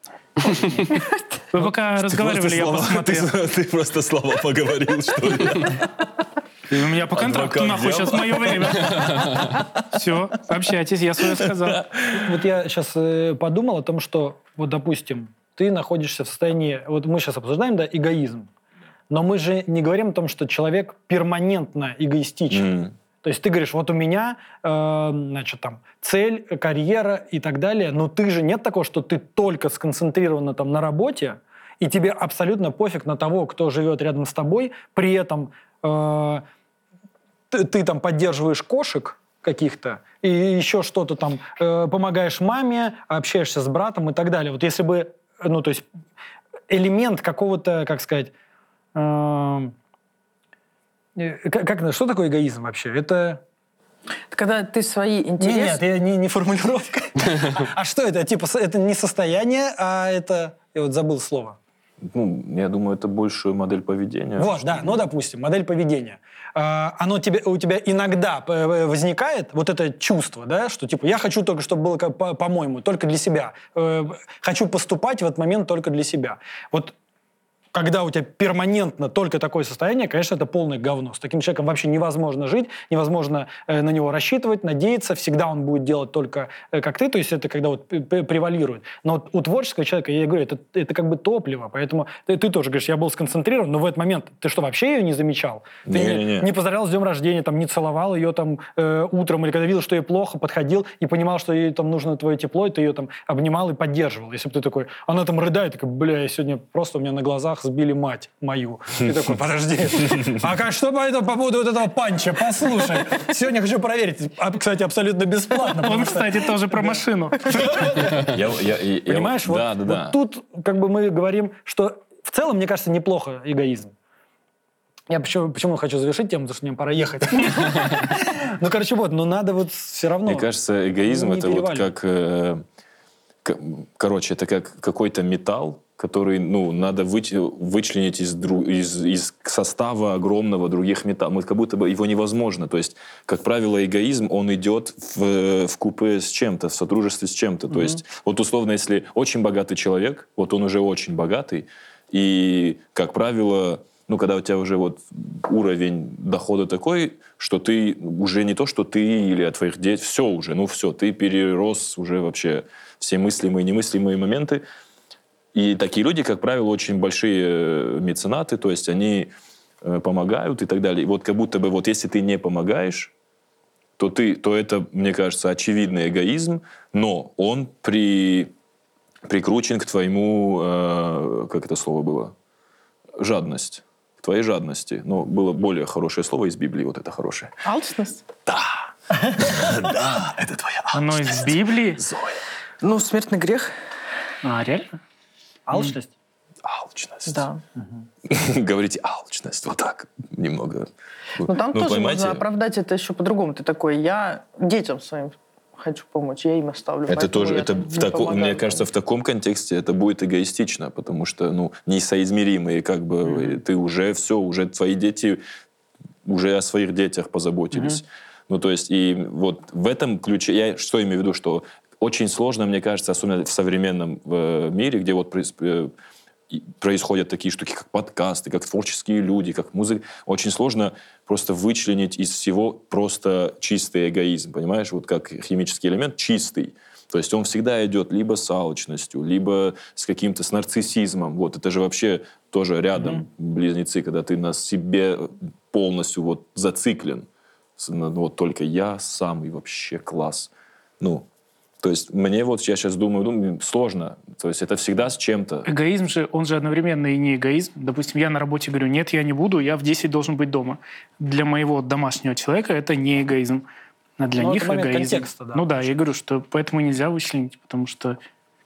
Вы пока разговаривали, я посмотрел. Ты просто слова поговорил, что ли? У меня по контракту, нахуй, сейчас мое время. Все, общайтесь, я свое сказал. Вот я сейчас подумал о том, что, вот, допустим, ты находишься в состоянии... Вот мы сейчас обсуждаем, да, эгоизм. Но мы же не говорим о том, что человек перманентно эгоистичен. То есть ты говоришь, вот у меня, э, значит, там, цель, карьера и так далее, но ты же нет такого, что ты только сконцентрирована там на работе, и тебе абсолютно пофиг на того, кто живет рядом с тобой, при этом э, ты, ты там поддерживаешь кошек каких-то, и еще что-то там, э, помогаешь маме, общаешься с братом и так далее. Вот если бы, ну, то есть элемент какого-то, как сказать... Э, Как, как, что такое эгоизм вообще? Это... Когда ты свои интересы... Нет, я не, не формулировка. А что это? Типа, это не состояние, а это... Я вот забыл слово. Ну, я думаю, это больше модель поведения. Вот, да, ну, допустим, модель поведения. Оно тебе, у тебя иногда возникает вот это чувство, да, что типа я хочу только, чтобы было по- по-моему, только для себя. Хочу поступать в этот момент только для себя. Вот когда у тебя перманентно только такое состояние, конечно, это полное говно. С таким человеком вообще невозможно жить, невозможно э, на него рассчитывать, надеяться. Всегда он будет делать только э, как ты, то есть это когда вот превалирует. Но вот у творческого человека, я говорю, это, это как бы топливо, поэтому ты, ты тоже говоришь, я был сконцентрирован, но в этот момент ты что, вообще ее не замечал? Ты не, не, не, не. не поздравлял с днем рождения, там, не целовал ее там э, утром, или когда видел, что ей плохо, подходил и понимал, что ей там нужно твое тепло, и ты ее там обнимал и поддерживал. Если бы ты такой, она там рыдает, такой, бля, я сегодня просто у меня на глазах сбили мать мою. И такой, подожди, а как, что по, этому, по поводу вот этого панча? Послушай, сегодня хочу проверить. А, кстати, абсолютно бесплатно. Он, что... кстати, тоже про машину. Я- я- я- Понимаешь, вот, Да, да, вот да. тут как бы мы говорим, что в целом, мне кажется, неплохо эгоизм. Я почему, почему хочу завершить тему, потому что мне пора ехать. Ну, короче, вот, но надо вот все равно... Мне кажется, эгоизм не это вот переваливать. как... э, к- Короче, это как какой-то металл, который, ну, надо выч- вычленить из, дру- из, из состава огромного других металлов. Вот как будто бы его невозможно. То есть, как правило, эгоизм, он идет в, в купе с чем-то, в содружестве с чем-то. То есть, вот условно, если очень богатый человек, вот он уже очень богатый, и, как правило, ну, когда у тебя уже вот уровень дохода такой, что ты уже не то, что ты или от твоих детей, все уже, ну все, ты перерос уже вообще все мыслимые и немыслимые моменты. И такие люди, как правило, очень большие э, меценаты, то есть они э, помогают и так далее. И вот как будто бы вот если ты не помогаешь, то, ты, то это, мне кажется, очевидный эгоизм, но он при, прикручен к твоему, э, как это слово было, жадность. К твоей жадности. Но было более хорошее слово из Библии, вот это хорошее. Алчность? Да, это твоя Оно из Библии? Ну, смертный грех. А, реально? Алчность? алчность. Да. Говорите алчность, вот так, немного. Но там Ну, тоже поймайте, можно оправдать это еще по-другому. Ты такой, я детям своим хочу помочь, я им оставлю. это поэтому тоже, я это там в не тако- помогаю. мне кажется, в таком контексте это будет эгоистично, потому что, ну, несоизмеримые, как бы, Mm-hmm. ты уже все, уже твои дети уже о своих детях позаботились. Mm-hmm. Ну, то есть, и вот в этом ключе, я что имею в виду, что очень сложно, мне кажется, особенно в современном э, мире, где вот проис- э, и происходят такие штуки, как подкасты, как творческие люди, как музыка, очень сложно просто вычленить из всего просто чистый эгоизм, понимаешь? Вот как химический элемент чистый. То есть он всегда идет либо с алчностью, либо с каким-то с нарциссизмом. Вот это же вообще тоже рядом mm-hmm. близнецы, когда ты на себе полностью вот зациклен. Вот только я самый вообще класс. Ну, то есть мне вот, я сейчас думаю, думаю, сложно. То есть это всегда с чем-то. Эгоизм же, он же одновременно и не эгоизм. Допустим, я на работе говорю, нет, я не буду, я в десять должен быть дома. Для моего домашнего человека это не эгоизм. А для Ну, них это момент эгоизм. контекста, да, ну да, конечно. я говорю, что поэтому нельзя вычленить, потому что...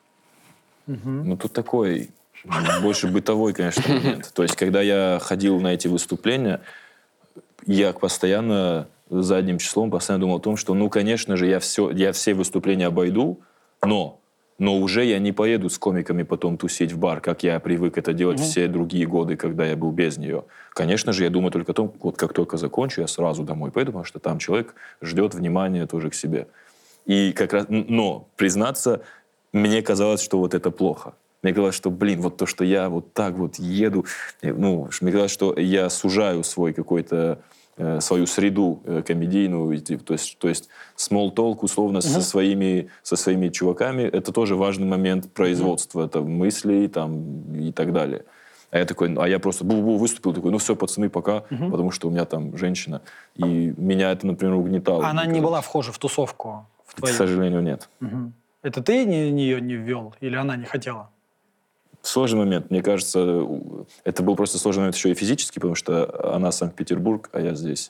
Ну тут такой больше бытовой, конечно, момент. То есть когда я ходил на эти выступления, я постоянно задним числом постоянно думал о том, что, ну, конечно же, я все, я все выступления обойду, но, но уже я не поеду с комиками потом тусить в бар, как я привык это делать mm-hmm. все другие годы, когда я был без нее. Конечно же, я думаю только о том, вот как только закончу, я сразу домой поеду, потому что там человек ждет внимания тоже к себе. И как раз, но, признаться, мне казалось, что вот это плохо. Мне казалось, что, блин, вот то, что я вот так вот еду, ну, мне казалось, что я сужаю свой какой-то свою среду э, комедийную, то есть, то есть small talk условно uh-huh. со, своими, со своими чуваками, это тоже важный момент производства, uh-huh. это мыслей там, и так далее. А я такой, а я просто бу-бу выступил, такой, ну все, пацаны, пока, uh-huh. потому что у меня там женщина. И меня это, например, угнетало. Она не была вхожа в тусовку? В твою? К сожалению, нет. Uh-huh. Это ты ее не ввел или она не хотела? Сложный момент. Мне кажется, это был просто сложный момент еще и физически, потому что она Санкт-Петербург, а я здесь.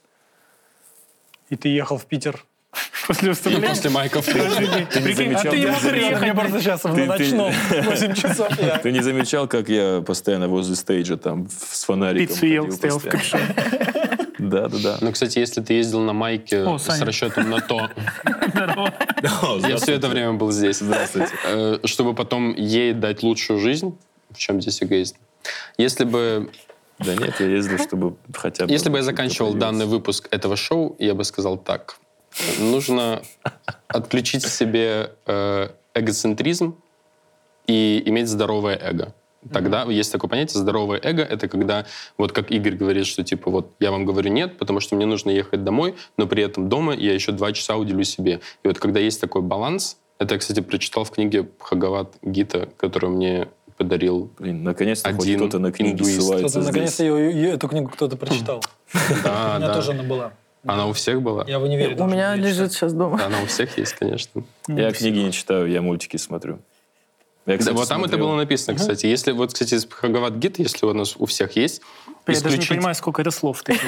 И ты ехал в Питер? После выступления? После майков. Ты не замечал, А ты ему ты- приехал, мне просто сейчас на ночном восемь часов. я- Ты не замечал, как я постоянно возле стейджа там с фонариком Пиццу ел, ходил стоял в постоянно. капюшоне. Да, да, да. Ну, кстати, если ты ездил на майке О, с Саня. расчетом на то, Здорово. я все это время был здесь. Здравствуйте. Э, Чтобы потом ей дать лучшую жизнь, в чем здесь эгоизм? Если бы, Да нет, я ездил, чтобы хотя бы... если бы я шутка заканчивал появилась. данный выпуск этого шоу, я бы сказал так. Нужно отключить в себе э, эгоцентризм и иметь здоровое эго. Тогда mm-hmm. есть такое понятие здоровое эго. Это когда, вот как Игорь говорит, что типа вот я вам говорю нет, потому что мне нужно ехать домой, но при этом дома я еще два часа уделю себе. И вот когда есть такой баланс, это я, кстати, прочитал в книге Бхагавад-гита, которую мне подарил. Блин, наконец-то хоть Один кто-то на книги индуист. ссылается Кто-то, здесь. наконец-то ее- ее- эту книгу кто-то прочитал. Да, У меня да. тоже она была. Она у всех была? Я в универе У должен меня был лежит читать. сейчас дома. Она у всех есть, конечно. Я книги не читаю, я мультики смотрю. Я, кстати, Да, вот там это смотрел. было написано, кстати. Если вот, кстати, Бхагавад-гит, если у нас у всех есть, Я даже не исключить- понимаю, сколько это слов. Ты.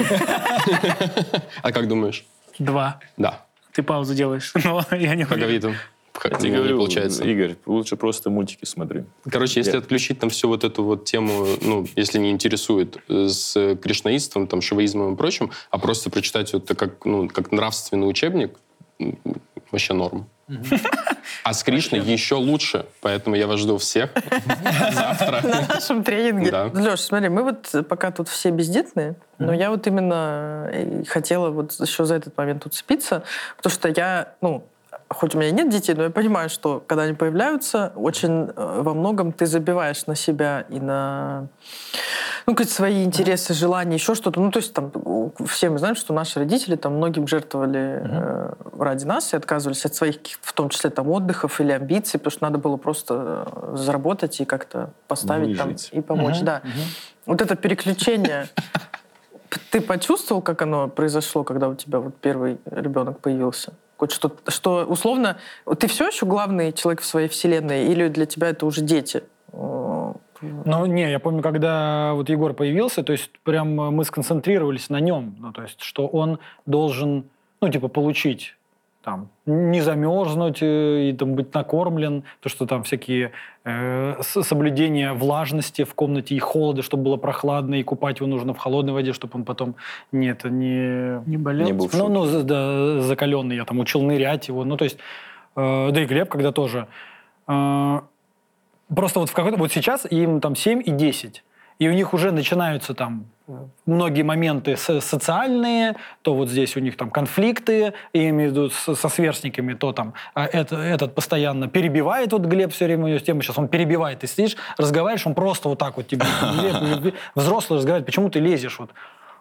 А как думаешь? Два. Да. Ты паузу делаешь, но я не уверен. Бхагавитам. Я тебе Не говорю, получается. Игорь, лучше просто мультики смотри. Короче, если Я- отключить там всю вот эту вот тему, ну, если не интересует э, с кришнаистством, там, шиваизмом и прочим, а просто прочитать это как, ну, как нравственный учебник, м, вообще норм. А с Кришной еще лучше, поэтому я вас жду всех завтра. На нашем тренинге. Да. Леш, смотри, мы вот пока тут все бездетные, но я вот именно и хотела вот еще за этот момент уцепиться, потому что я, ну, хоть у меня и нет детей, но я понимаю, что когда они появляются, очень э, во многом ты забиваешь на себя и на, ну, какие-то свои интересы, желания, еще что-то. Ну, то есть там у- все мы знаем, что наши родители там многим жертвовали э, ради нас и отказывались от своих, каких-то, в том числе там отдыхов или амбиций, потому что надо было просто э, заработать и как-то поставить там Выжить. и помочь. Мгм, Да. Вот это переключение. Ты почувствовал, как оно произошло, когда у тебя вот первый ребенок появился? Хоть что, что условно, ты все еще главный человек в своей вселенной, или для тебя это уже дети? О, Ну, не, я помню, когда вот Егор появился, то есть прям мы сконцентрировались на нем, ну, то есть что он должен, ну, типа, получить, там, не замерзнуть э, и там быть накормлен, то, что там всякие э, с- соблюдения влажности в комнате и холода, чтобы было прохладно, и купать его нужно в холодной воде, чтобы он потом не, это, не, Не болел? Не был в ну, шоке. ну, за- да, закаленный, я там учил нырять его, ну, то есть, э, да и Глеб, когда тоже. Э, просто вот в какой-то, вот сейчас им там семь и десять, и у них уже начинаются там многие моменты со- социальные, то вот здесь у них там конфликты, я имею в виду с- со сверстниками, то там а, это, этот постоянно перебивает, вот Глеб все время у него тема сейчас, он перебивает, ты сидишь, разговариваешь, он просто вот так вот тебе, Глеб, взрослый разговаривает, почему ты лезешь вот?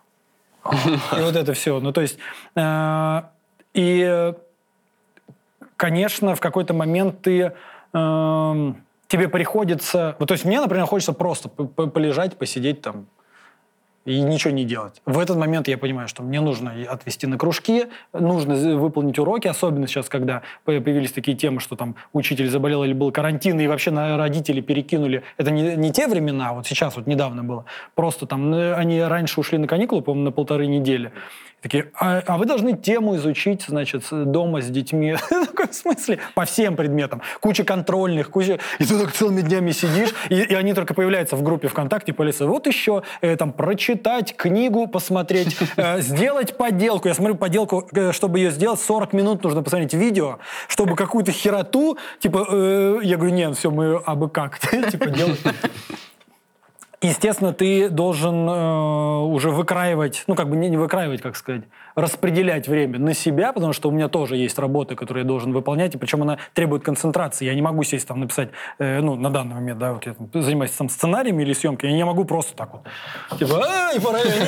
И вот это все. Ну, то есть, э, и, конечно, в какой-то момент ты, э, тебе приходится... Вот, то есть мне, например, хочется просто п- п- полежать, посидеть там и ничего не делать. В этот момент я понимаю, что мне нужно и отвести на кружки, нужно з- выполнить уроки, особенно сейчас, когда по- появились такие темы, что там учитель заболел или был карантин, и вообще на родители перекинули. Это не, не те времена, вот сейчас вот недавно было. Просто там э, они раньше ушли на каникулы, по-моему, на полторы недели. Такие, а, а вы должны тему изучить, значит, с- дома с детьми. Такой, в смысле? По всем предметам. Куча контрольных, куча... И ты так целыми днями сидишь, и, и они только появляются в группе ВКонтакте, полиция. Вот еще э, там прочитать книгу, посмотреть, э, сделать поделку. Я смотрю поделку, э, чтобы ее сделать, сорок минут нужно посмотреть видео, чтобы какую-то хероту, типа, э, я говорю, нет, все, мы абы как типа делать. Естественно, ты должен э, уже выкраивать, ну, как бы не, не выкраивать, как сказать, распределять время на себя, потому что у меня тоже есть работа, которую я должен выполнять, и причем она требует концентрации. Я не могу сесть там написать, э, ну, на данный момент, да, вот я там занимаюсь там сценариями или съемкой, я не могу просто так вот, типа, ай, параллельно,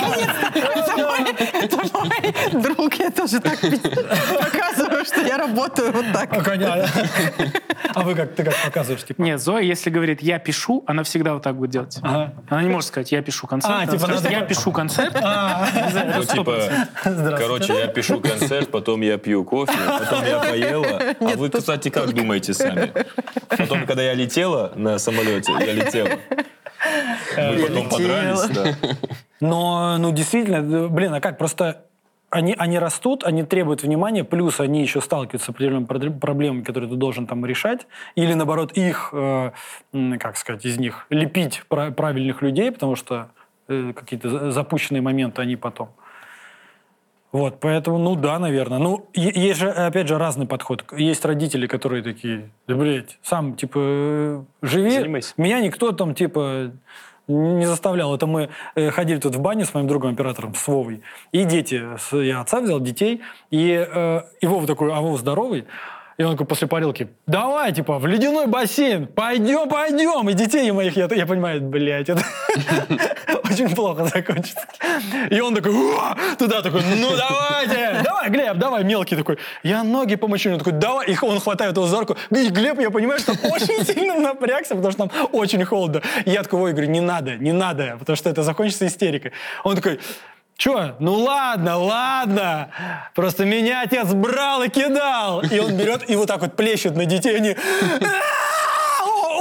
Это мой друг, я тоже так показываю, что я работаю вот так. А вы как, ты как показываешь, типа? Нет, Зоя, если говорит «я пишу», она всегда вот так будет делать. Ага. Она не может сказать «я пишу концерт». А, Она типа, скажет, надо- «я пишу концерт». Ну, типа, короче, я пишу концерт, потом я пью кофе, потом я поела. А вы, кстати, как думаете сами? Потом, когда я летела на самолете, я летела. Мы Я потом летела. подрались, да. Но, ну, действительно, да, блин, а как, просто они, они растут, они требуют внимания, плюс они еще сталкиваются с определенными прод- проблемами, которые ты должен там решать, или, наоборот, их, э, м, как сказать, из них лепить пра- правильных людей, потому что э, какие-то за- запущенные моменты они потом. Вот, поэтому, ну да, наверное. Ну, е- есть же, опять же, разный подход. Есть родители, которые такие, да, блядь, сам, типа, э, живи. Занимайся. Меня никто там, типа, не заставлял. Это мы э, ходили тут в баню с моим другом-оператором, с Вовой. И дети, с- я отца взял, детей. И, э, и Вова такой, а Вова здоровый. И он такой после парилки, давай, типа, в ледяной бассейн, пойдем, пойдем. И детей моих, я, я понимаю, блядь, это очень плохо закончится. И он такой, «Уа!» туда такой, ну давайте, давай, Глеб, давай, мелкий такой, я ноги помочу. Он такой, давай, и он хватает его за руку. И Глеб, я понимаю, что очень сильно напрягся, потому что там очень холодно. И я такой, ой, говорю, не надо, не надо, потому что это закончится истерикой. Он такой, че, ну ладно, ладно, просто меня отец брал и кидал. И он берет и вот так вот плещет на детей, они...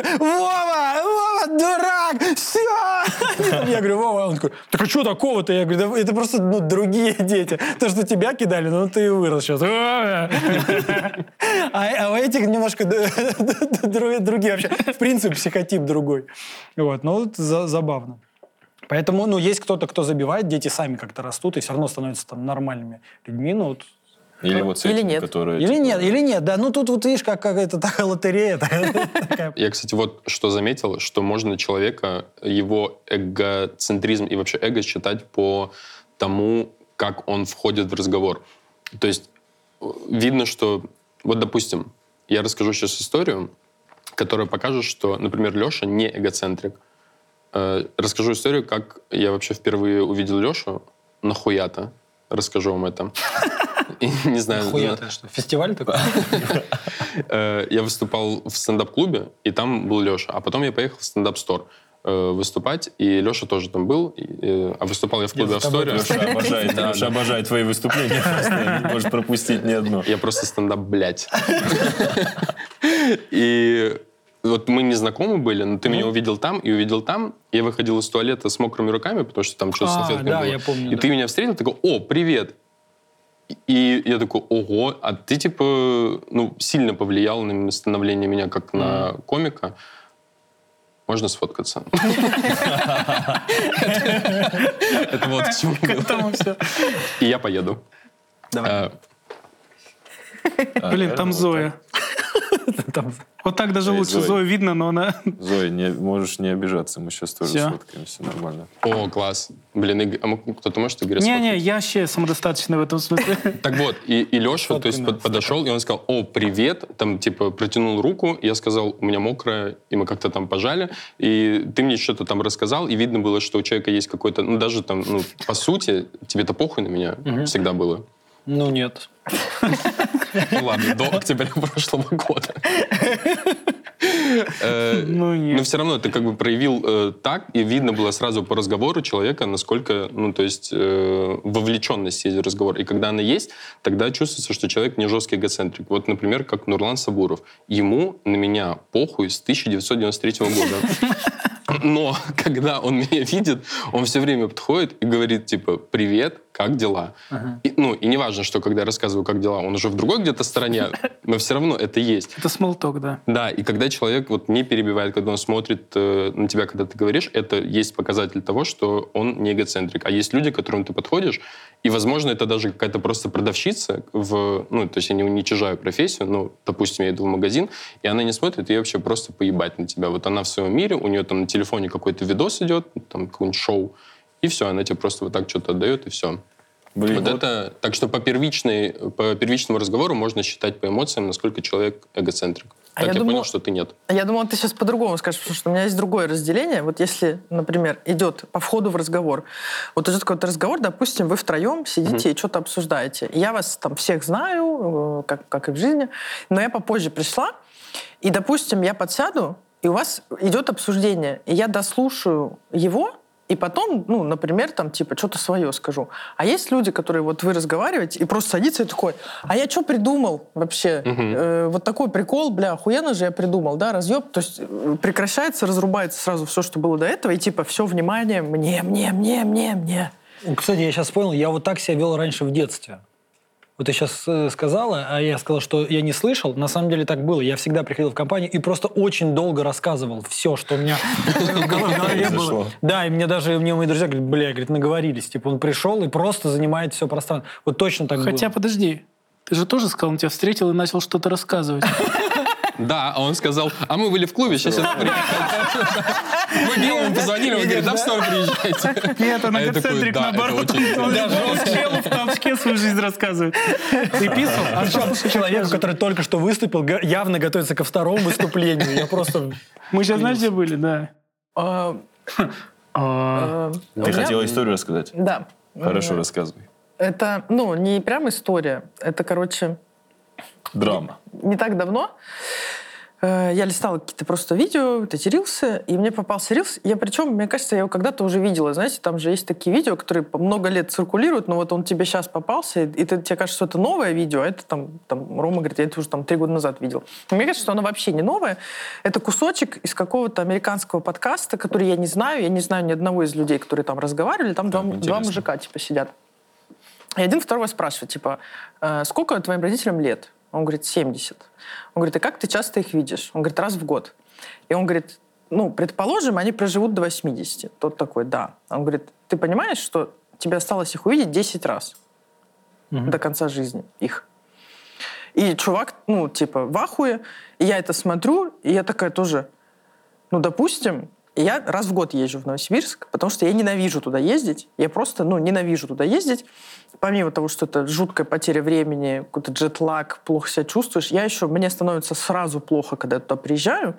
говорю, Вова, Вова, дурак, все. Я говорю, Вова, он такой, так а что такого-то? Я говорю, да это просто ну, другие дети. То, что тебя кидали, ну ты и вырос сейчас. А, а у этих немножко другие вообще. В принципе, психотип другой. Вот, ну, вот забавно. Поэтому, ну, есть кто-то, кто забивает, дети сами как-то растут и все равно становятся там нормальными людьми, ну, вот. Или вот с или этими, нет. которые... Или типа... нет, или нет, да. Ну, тут вот видишь, как какая-то такая лотерея. Я, кстати, вот что заметил, что можно человека, его эгоцентризм и вообще эго считать по тому, как он входит в разговор. То есть видно, что... Вот, допустим, я расскажу сейчас историю, которая покажет, что, например, Леша не эгоцентрик. Расскажу историю, как я вообще впервые увидел Лешу. Нахуя-то. Расскажу вам это. Не знаю. Нахуя-то что? Фестиваль такой? Я выступал в стендап-клубе, и там был Леша. А потом я поехал в стендап-стор выступать, и Леша тоже там был. А выступал я в клубе «Австория». Леша обожает, Леша обожает твои выступления. Просто не может пропустить ни одно. Я просто стендап, блядь. И... Вот мы не знакомы были, но ты mm-hmm. меня увидел там и увидел там. Я выходил из туалета с мокрыми руками, потому что там что-то с салфеткой да, было. Я помню, и да. ты меня встретил, такой, о, привет. И я такой, ого, а ты, типа, ну, сильно повлиял на становление меня как mm-hmm. на комика. Можно сфоткаться? Это вот к чему было. И я поеду. Давай. Блин, там Зоя. Вот так даже Эй, лучше. Зоя. Зою видно, но она... Зоя, не, можешь не обижаться, мы сейчас тоже Всё. сфоткаем, все нормально. О, класс. Блин, Иг- а м- кто-то может Игоря Не-не, сфоткать? я вообще самодостаточный в этом смысле. Так вот, и, и Леша, то есть, Фоткай под- подошел, и он сказал, о, привет, там, типа, протянул руку, я сказал, у меня мокрая, и мы как-то там пожали, и ты мне что-то там рассказал, и видно было, что у человека есть какой-то, ну, даже там, ну, по сути, тебе-то похуй на меня всегда было. Ну, нет. Ну, ладно, до октября прошлого года. Э, Ну, нет. Но все равно ты как бы проявил э, так, и видно было сразу по разговору человека, насколько, ну, то есть, э, вовлеченность есть в разговор. И когда она есть, тогда чувствуется, что человек не жесткий эгоцентрик. Вот, например, как Нурлан Сабуров. Ему на меня похуй с тысяча девятьсот девяносто третьего года. Но когда он меня видит, он все время подходит и говорит, типа, привет, как дела? Ага. И, ну, и не важно, что когда я рассказываю, как дела, он уже в другой где-то стороне, но все равно это есть. Это смолток, да. Да, и когда человек вот не перебивает, когда он смотрит э, на тебя, когда ты говоришь, это есть показатель того, что он не эгоцентрик. А есть люди, к которым ты подходишь, и, возможно, это даже какая-то просто продавщица, в, ну, то есть я не уничижаю профессию, ну, допустим, я иду в магазин, и она не смотрит, и вообще просто поебать на тебя. Вот она в своем мире, у нее там на телефоне какой-то видос идет, там какой-нибудь шоу, и все, она тебе просто вот так что-то отдает, и все. Блин, Вот вот это, так что по, первичной, по первичному разговору можно считать по эмоциям, насколько человек эгоцентрик. А Так я я, думала- понял, что ты нет. Я думала, ты сейчас по-другому скажешь, потому что у меня есть другое разделение. Вот если, например, идет по входу в разговор, вот идет какой-то разговор, допустим, вы втроем сидите и что-то обсуждаете. И я вас там всех знаю, э, как, как и в жизни, но я попозже пришла, и, допустим, я подсяду, и у вас идет обсуждение, и я дослушаю его, и потом, ну, например, там, типа, что-то свое скажу. А есть люди, которые вот вы разговариваете, и просто садится и такой, а я что придумал вообще? Мгм. Э, вот такой прикол, бля, охуенно же я придумал, да, разъеб. То есть э, прекращается, разрубается сразу все, что было до этого, и типа, все, внимание, мне, мне, мне, мне, мне. Кстати, я сейчас понял, я вот так себя вел раньше в детстве. Вот ты сейчас э, сказала, а я сказал, что я не слышал. На самом деле так было. Я всегда приходил в компанию и просто очень долго рассказывал все, что у меня в голове было. Да, и мне даже мне мои друзья говорят, бля, говорит, наговорились. Типа он пришел и просто занимает все пространство. Вот точно так было. Хотя, подожди, ты же тоже сказал, он тебя встретил и начал что-то рассказывать. Да, а он сказал, а мы были в клубе, сейчас это приезжайте. Мы белому позвонили, он говорит, да, в снова приезжайте. Нет, он А я такой, эгоцентрик, да, это наоборот. очень Он круто. челу в толчке свою жизнь рассказывает. Ты писал? А причем человек, который только что выступил, га- явно готовится ко второму выступлению. Я просто... Мы сейчас, знаешь, где были? Да. А, А, э, у ты меня- хотела историю рассказать? Да. Хорошо, Э, рассказывай. Это, ну, не прям история. Это, короче, Драма. не так давно я листала какие-то просто видео, вот эти рилсы, и мне попался рилс. Я причем, мне кажется, я его когда-то уже видела. Знаете, там же есть такие видео, которые много лет циркулируют, но вот он тебе сейчас попался, и ты, тебе кажется, что это новое видео, а это там, там Рома говорит, я это уже там три года назад видел. Но мне кажется, что оно вообще не новое. Это кусочек из какого-то американского подкаста, который я не знаю. Я не знаю ни одного из людей, которые там разговаривали. Там два, два мужика типа сидят. И один второго спрашивает, типа, сколько твоим родителям лет? Он говорит, семьдесят. Он говорит, и как ты часто их видишь? Он говорит, раз в год. И он говорит, ну, предположим, они проживут до восьмидесяти. Тот такой, да. Он говорит, ты понимаешь, что тебе осталось их увидеть десять раз mm-hmm. до конца жизни их? И чувак, ну, типа, в ахуе. И я это смотрю, и я такая тоже, ну, допустим, я раз в год езжу в Новосибирск, потому что я ненавижу туда ездить. Я просто, ну, ненавижу туда ездить. Помимо того, что это жуткая потеря времени, какой-то джетлаг, плохо себя чувствуешь, я еще, мне становится сразу плохо, когда я туда приезжаю.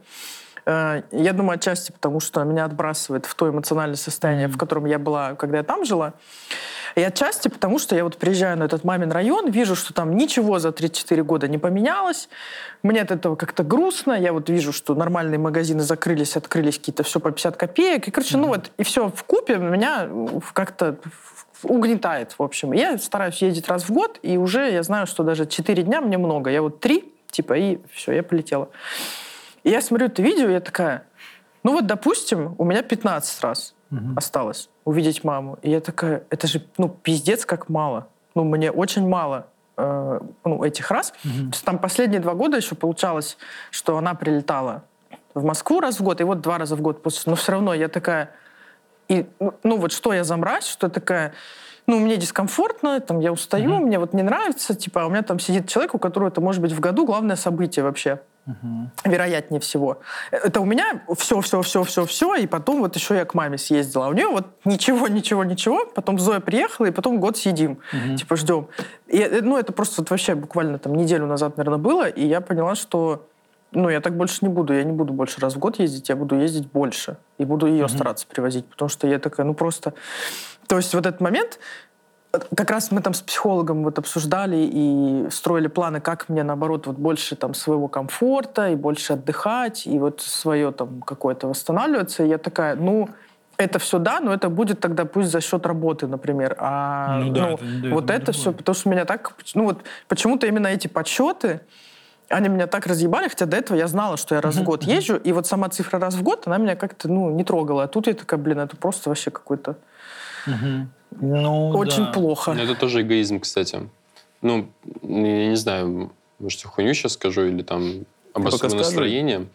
Я думаю, отчасти потому, что меня отбрасывает в то эмоциональное состояние, в котором я была, когда я там жила. И отчасти потому, что я вот приезжаю на этот мамин район, вижу, что там ничего за три-четыре года не поменялось. Мне от этого как-то грустно. Я вот вижу, что нормальные магазины закрылись, открылись какие-то все по пятьдесят копеек. И, короче, mm-hmm. ну вот, и все вкупе меня как-то угнетает, в общем. Я стараюсь ездить раз в год, и уже я знаю, что даже четыре дня мне много. Я вот три, типа, и все, я полетела. И я смотрю это видео, и я такая, ну вот, допустим, у меня пятнадцать раз угу. осталось увидеть маму. И я такая, это же, ну, пиздец как мало. Ну, мне очень мало э, ну, этих раз. Угу. То есть там последние два года еще получалось, что она прилетала в Москву раз в год, и вот два раза в год. Но все равно я такая, и, ну, ну вот что я за мразь, что такая... Ну, мне дискомфортно, там, я устаю, mm-hmm. мне вот не нравится, типа, а у меня там сидит человек, у которого это может быть в году главное событие вообще. Uh-huh. Вероятнее всего. Это у меня все-все-все-все-все, и потом вот еще я к маме съездила. А у нее вот ничего-ничего-ничего, потом Зоя приехала, и потом год сидим, uh-huh. типа ждем. И, ну, это просто вот вообще буквально там неделю назад, наверное, было, и я поняла, что ну, я так больше не буду, я не буду больше раз в год ездить, я буду ездить больше, и буду ее uh-huh. стараться привозить, потому что я такая, ну, просто... То есть вот этот момент... Как раз мы там с психологом вот обсуждали и строили планы, как мне, наоборот, вот больше там своего комфорта и больше отдыхать, и вот свое там какое-то восстанавливаться. И я такая, ну, это все да, но это будет тогда пусть за счет работы, например. А ну, да, ну, это, да, вот это, это все, потому что меня так... Ну вот почему-то именно эти подсчеты, они меня так разъебали, хотя до этого я знала, что я раз uh-huh, в год uh-huh. езжу, и вот сама цифра раз в год, она меня как-то, ну, не трогала. А тут я такая, блин, это просто вообще какой-то... Uh-huh. Ну, очень да. плохо. Это тоже эгоизм, кстати. Ну, я не знаю, может, я хуйню сейчас скажу или там обострю настроение,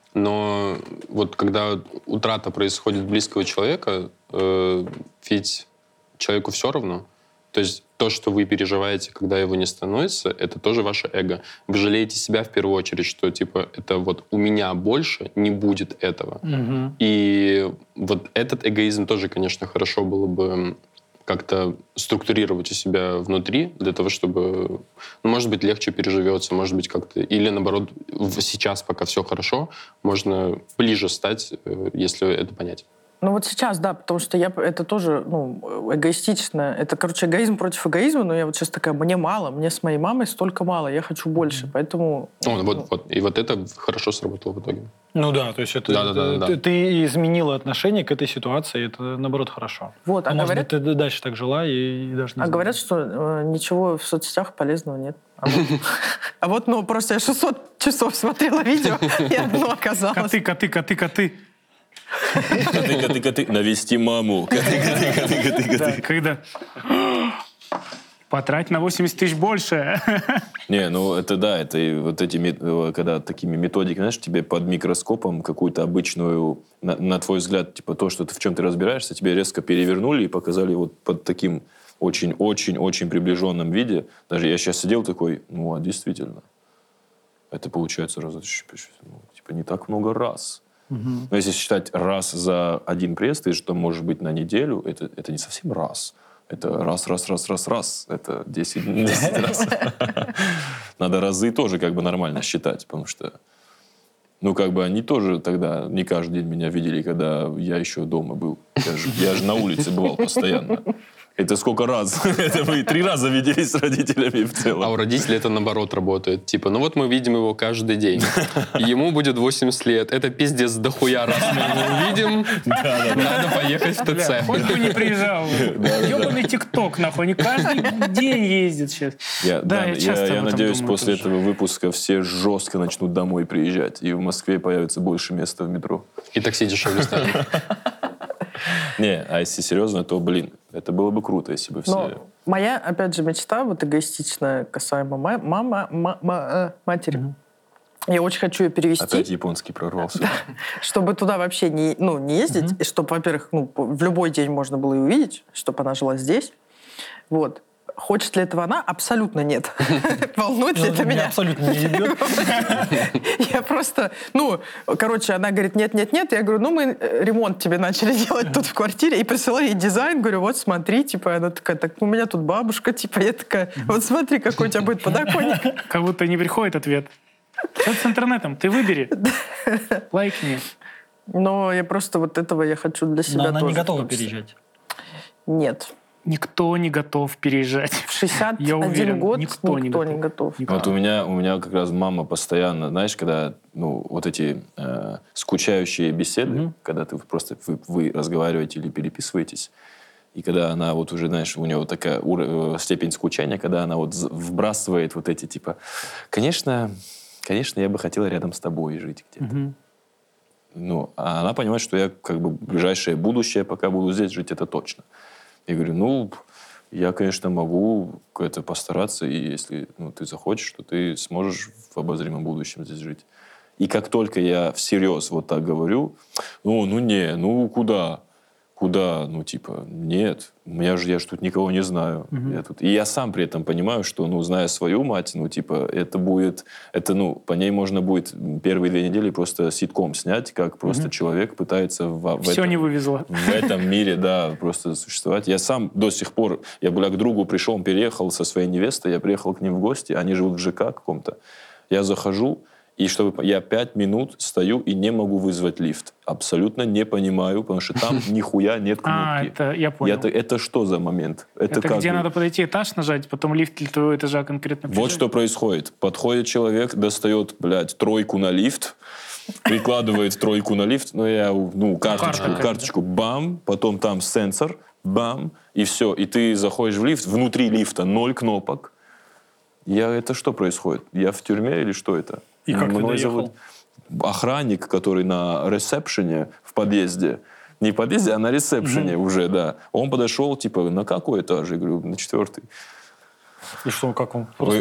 но вот когда утрата происходит близкого человека, э, ведь человеку все равно. То есть то, что вы переживаете, когда его не становится, это тоже ваше эго. Вы жалеете себя в первую очередь, что типа это вот у меня больше не будет этого. Угу. И вот этот эгоизм тоже, конечно, хорошо было бы как-то структурировать у себя внутри для того, чтобы, ну, может быть, легче переживется, может быть, как-то... Или, наоборот, сейчас, пока все хорошо, можно ближе стать, если это понять. Ну вот сейчас, да, потому что я, это тоже ну, эгоистично. Это, короче, эгоизм против эгоизма, но я вот сейчас такая, мне мало, мне с моей мамой столько мало, я хочу больше, поэтому... О, ну, вот, вот. И вот это хорошо сработало в итоге. Ну да, то есть это, да, это, да, да, да. Ты, ты изменила отношение к этой ситуации, это, наоборот, хорошо. Вот, а, а может говорят, быть, ты дальше так жила и, и даже не А знала. Говорят, что э, ничего в соцсетях полезного нет. А вот, ну, просто я шестьсот часов смотрела видео, и одно оказалось. Коты, коты, коты, коты. Коты, коты, коты. Навести маму. Коты, коты, коты, коты, коты. Когда... Потрать на восемьдесят тысяч больше. Не, ну это да, это вот эти, когда такими методиками, знаешь, тебе под микроскопом какую-то обычную, на, на твой взгляд, типа то, что ты в чем ты разбираешься, тебе резко перевернули и показали вот под таким очень-очень-очень приближенном виде. Даже я сейчас сидел такой, ну, а действительно, это получается раз, ну, типа не так много раз. Угу. Но если считать раз за один пресс, что может быть на неделю, это, это не совсем раз. Это раз, раз, раз, раз, раз. Это десять, десять раз. Надо разы тоже как бы нормально считать, потому что, ну, как бы они тоже тогда не каждый день меня видели, когда я еще дома был. Я же, я же на улице бывал постоянно. Это сколько раз? Это мы три раза виделись с родителями в целом. А у родителей это наоборот работает. Типа, ну вот мы видим его каждый день. Ему будет восемьдесят лет. Это пиздец дохуя, раз мы его увидим. Надо поехать в ТЦ. Хоть бы не приезжал. Ёбаный ТикТок, нахуй. Они каждый день ездят сейчас. Я, Да, да, я я, часто я об этом надеюсь, думаю после тоже. этого выпуска все жестко начнут домой приезжать. И в Москве появится больше места в метро. И такси дешевле станет. Не, а если серьезно, то, блин, это было бы круто, если бы все... Но моя, опять же, мечта, вот эгоистичная, касаемо ма- мама, ма- ма- э, матери. Я очень хочу ее перевести, Опять японский прорвался. чтобы туда вообще не, ну, не ездить, и чтобы, во-первых, ну, в любой день можно было ее увидеть, чтобы она жила здесь. Вот. Хочет ли этого она? Абсолютно нет. Волнует ли это меня? Абсолютно не ебет. Я просто, ну, короче, она говорит, нет-нет-нет. Я говорю, ну, мы ремонт тебе начали делать тут в квартире. И присылаю ей дизайн. Говорю, вот смотри, типа, она такая, так у меня тут бабушка, типа, я такая, вот смотри, какой у тебя будет подоконник. Как будто не приходит ответ. Что с интернетом? Ты выбери. Лайкни. Но я просто вот этого я хочу для себя Но она тоже. не в готова том числе. переезжать. Нет. Никто не готов переезжать. В шестьдесят Я один уверен, год никто никто, не не готов. Никто. Вот у меня, у меня как раз мама постоянно, знаешь, когда, ну, вот эти э, скучающие беседы, Мгм. когда ты просто, вы, вы разговариваете или переписываетесь, и когда она вот уже, знаешь, у нее вот такая ур- э, степень скучания, когда она вот з- вбрасывает вот эти, типа, конечно, конечно, я бы хотела рядом с тобой жить где-то. Мгм. Ну, а она понимает, что я как бы в ближайшее будущее, пока буду здесь жить, это точно. Я говорю, ну, я, конечно, могу это постараться, и если ну, ты захочешь, то ты сможешь в обозримом будущем здесь жить. И как только я всерьез вот так говорю, ну, ну не, ну куда? Куда? Ну, типа, нет, у меня же, я же тут никого не знаю. Я тут... И я сам при этом понимаю, что, ну, зная свою мать, ну, типа, это будет, это, ну, по ней можно будет первые две недели просто ситком снять, как просто человек пытается в, в Все этом- не вывезла. в этом мире, да, просто существовать. Я сам до сих пор, я, бля, к другу пришел, он переехал со своей невестой, я приехал к ним в гости, они живут в ЖК каком-то. Я захожу, и чтобы я пять минут стою и не могу вызвать лифт. Абсолютно не понимаю, потому что там нихуя нет А, кнопки. это я понял. Это, это что за момент? Это как где бы- надо подойти этаж нажать, потом лифт для твоего этажа конкретно Вот прижать? что происходит. Подходит человек, достает, блядь, тройку на лифт, прикладывает тройку на лифт, ну, я, ну, карточку, Карта, карточку, бам, потом там сенсор, бам, и все. И ты заходишь в лифт, внутри лифта ноль кнопок. Я, это что происходит? Я в тюрьме или что это? И как ты Мной доехал? зовут охранник, который на ресепшене в подъезде. Не в подъезде, а на ресепшене уже, да. Он подошел, типа, на какой этаж? Я говорю, на четвертый. И что, как он? Ой.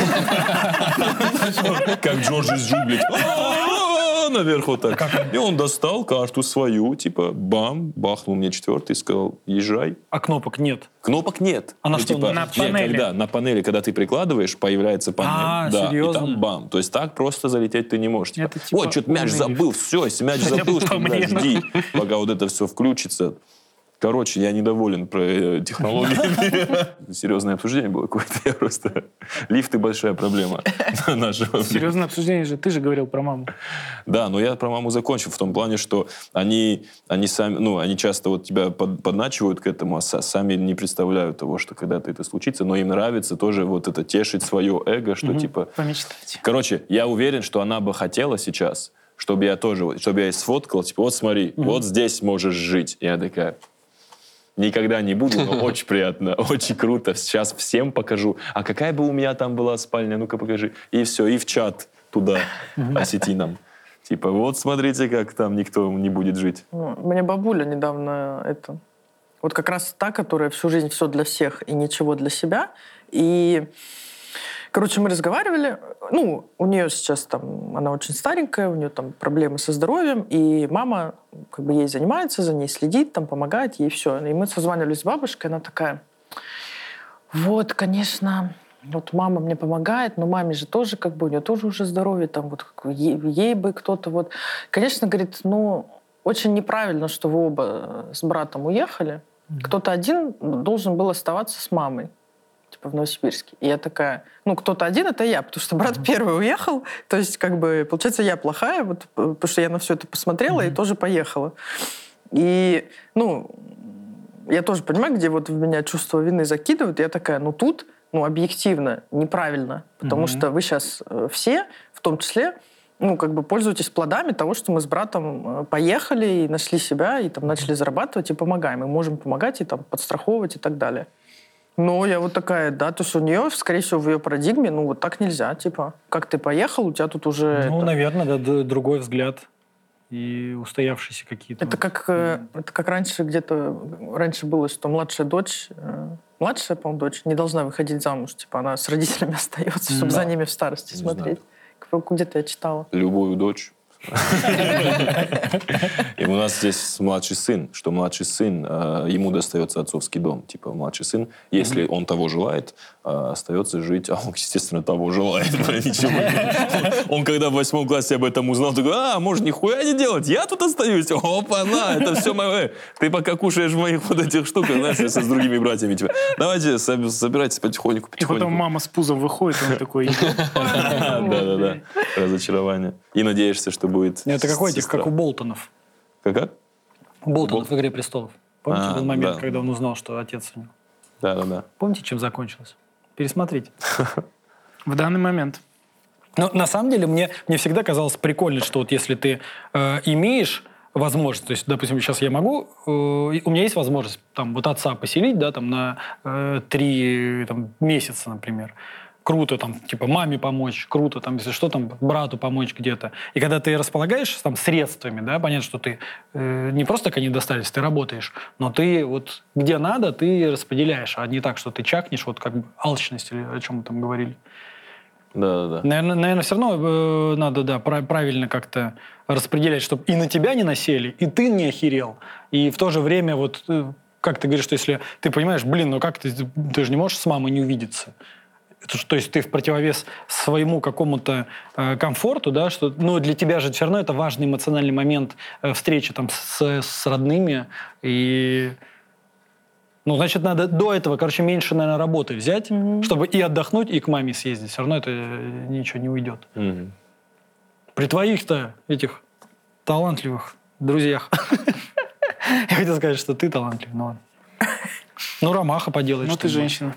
Как Джордж из джунглей. А-а-а, наверх вот так. И он достал карту свою, типа, бам, бахнул мне четвертый и сказал, езжай. А кнопок нет. Кнопок нет. А на Ну, что типа, на не, панели? Когда, на панели, когда ты прикладываешь, появляется панель. А, да, серьезно? И там бам. То есть так просто залететь ты не можешь. Типа, Это типа ой, что-то мяч умный забыл. Все, если мяч Хотя бы забыл, по что, мне, блядь, жди, пока вот это все включится. Короче, я недоволен про э, технологии. Серьезное обсуждение было какое-то. Я просто... Лифты большая проблема нашего. Серьезное обсуждение же. Ты же говорил про маму. Да, но я про маму закончил в том плане, что они, они сами, ну, они часто вот тебя под- подначивают к этому, а са- сами не представляют того, что когда-то это случится, но им нравится тоже вот это тешить свое эго, что типа... Помечтать. Короче, я уверен, что она бы хотела сейчас, чтобы я тоже, вот- чтобы я ей сфоткал, типа, вот смотри, вот здесь можешь жить. И я такая... Никогда не буду, но очень приятно, очень круто. Сейчас всем покажу. А какая бы у меня там была спальня? Ну-ка покажи. И все, и в чат туда осетинам. Типа, вот смотрите, как там никто не будет жить. Ну, мне бабуля недавно это... Вот как раз та, которая всю жизнь все для всех и ничего для себя. И, короче, мы разговаривали. Ну, у нее сейчас там... Она очень старенькая, у нее там проблемы со здоровьем. И мама как бы ей занимается, за ней следит, там помогает ей, все. И мы созванивались с бабушкой, она такая... Вот, конечно... Вот мама мне помогает, но маме же тоже, как бы, у нее тоже уже здоровье, там вот ей, ей бы кто-то вот... Конечно, говорит, ну, очень неправильно, что вы оба с братом уехали. Mm-hmm. Кто-то один должен был оставаться с мамой, типа в Новосибирске. И я такая, ну, кто-то один — это я, потому что брат mm-hmm. первый уехал, то есть, как бы, получается, я плохая, вот, потому что я на все это посмотрела mm-hmm. и тоже поехала. И, ну... я тоже понимаю, где вот в меня чувство вины закидывают. Я такая, ну тут, ну объективно неправильно. Потому mm-hmm. что вы сейчас все, в том числе, ну как бы пользуетесь плодами того, что мы с братом поехали и нашли себя, и там начали зарабатывать, и помогаем. Мы можем помогать и там подстраховывать и так далее. Но я вот такая, да, то есть у нее, скорее всего, в ее парадигме, ну вот так нельзя, типа, как ты поехал, у тебя тут уже... Ну, это... наверное, да, другой взгляд и устоявшиеся какие-то. Это как, mm. это как раньше где-то, раньше было, что младшая дочь, младшая, по-моему, дочь не должна выходить замуж, типа она с родителями остается, чтобы mm. за ними в старости не смотреть. Знаю. Где-то я читала. Любую дочь. И у нас здесь младший сын, что младший сын, ему достается отцовский дом. Типа младший сын, если он того желает, остается жить, а он, естественно, того желает. Он когда в восьмом классе об этом узнал, такой, а, может, нихуя не делать, я тут остаюсь, опа, на, это все мое. Ты пока кушаешь в моих вот этих штуках, знаешь, с другими братьями, типа, давайте собирайтесь потихоньку, потихоньку. И потом мама с пузом выходит, он такой... Да-да-да, разочарование. И надеешься, что будет... Это какой этих, как у Болтонов. Как-как? У Болтонов в «Игре престолов». Помните, а, был момент, да. когда он узнал, что отец у него? Да-да-да. Помните, чем закончилось? Пересмотрите. В данный момент. Но на самом деле мне, мне всегда казалось прикольно, что вот если ты э, имеешь возможность, то есть, допустим, сейчас я могу, э, у меня есть возможность там вот отца поселить, да, там на э, три там, месяца, например. Круто, там, типа, маме помочь, круто, там, если что, там, брату помочь где-то. И когда ты располагаешь там средствами, да, понятно, что ты э, не просто как они достались, ты работаешь, но ты вот где надо, ты распределяешь, а не так, что ты чакнешь, вот как бы алчность или о чем мы там говорили. Да-да-да. Наверное, наверное все равно э, надо, да, прав- правильно как-то распределять, чтобы и на тебя не насели, и ты не охерел. И в то же время вот, э, как ты говоришь, что если ты понимаешь, блин, ну как ты, ты же не можешь с мамой не увидеться. Это, то есть ты в противовес своему какому-то э, комфорту, да, что, ну, для тебя же все равно это важный эмоциональный момент э, встречи там с, с родными, и, ну, значит, надо до этого, короче, меньше, наверное, работы взять, mm-hmm. чтобы и отдохнуть, и к маме съездить. Все равно это ничего не уйдет. Mm-hmm. При твоих-то этих талантливых друзьях. Я хотел сказать, что ты талантливый, но ладно. Ну, Ромаха поделаешь. Ну, ты женщина.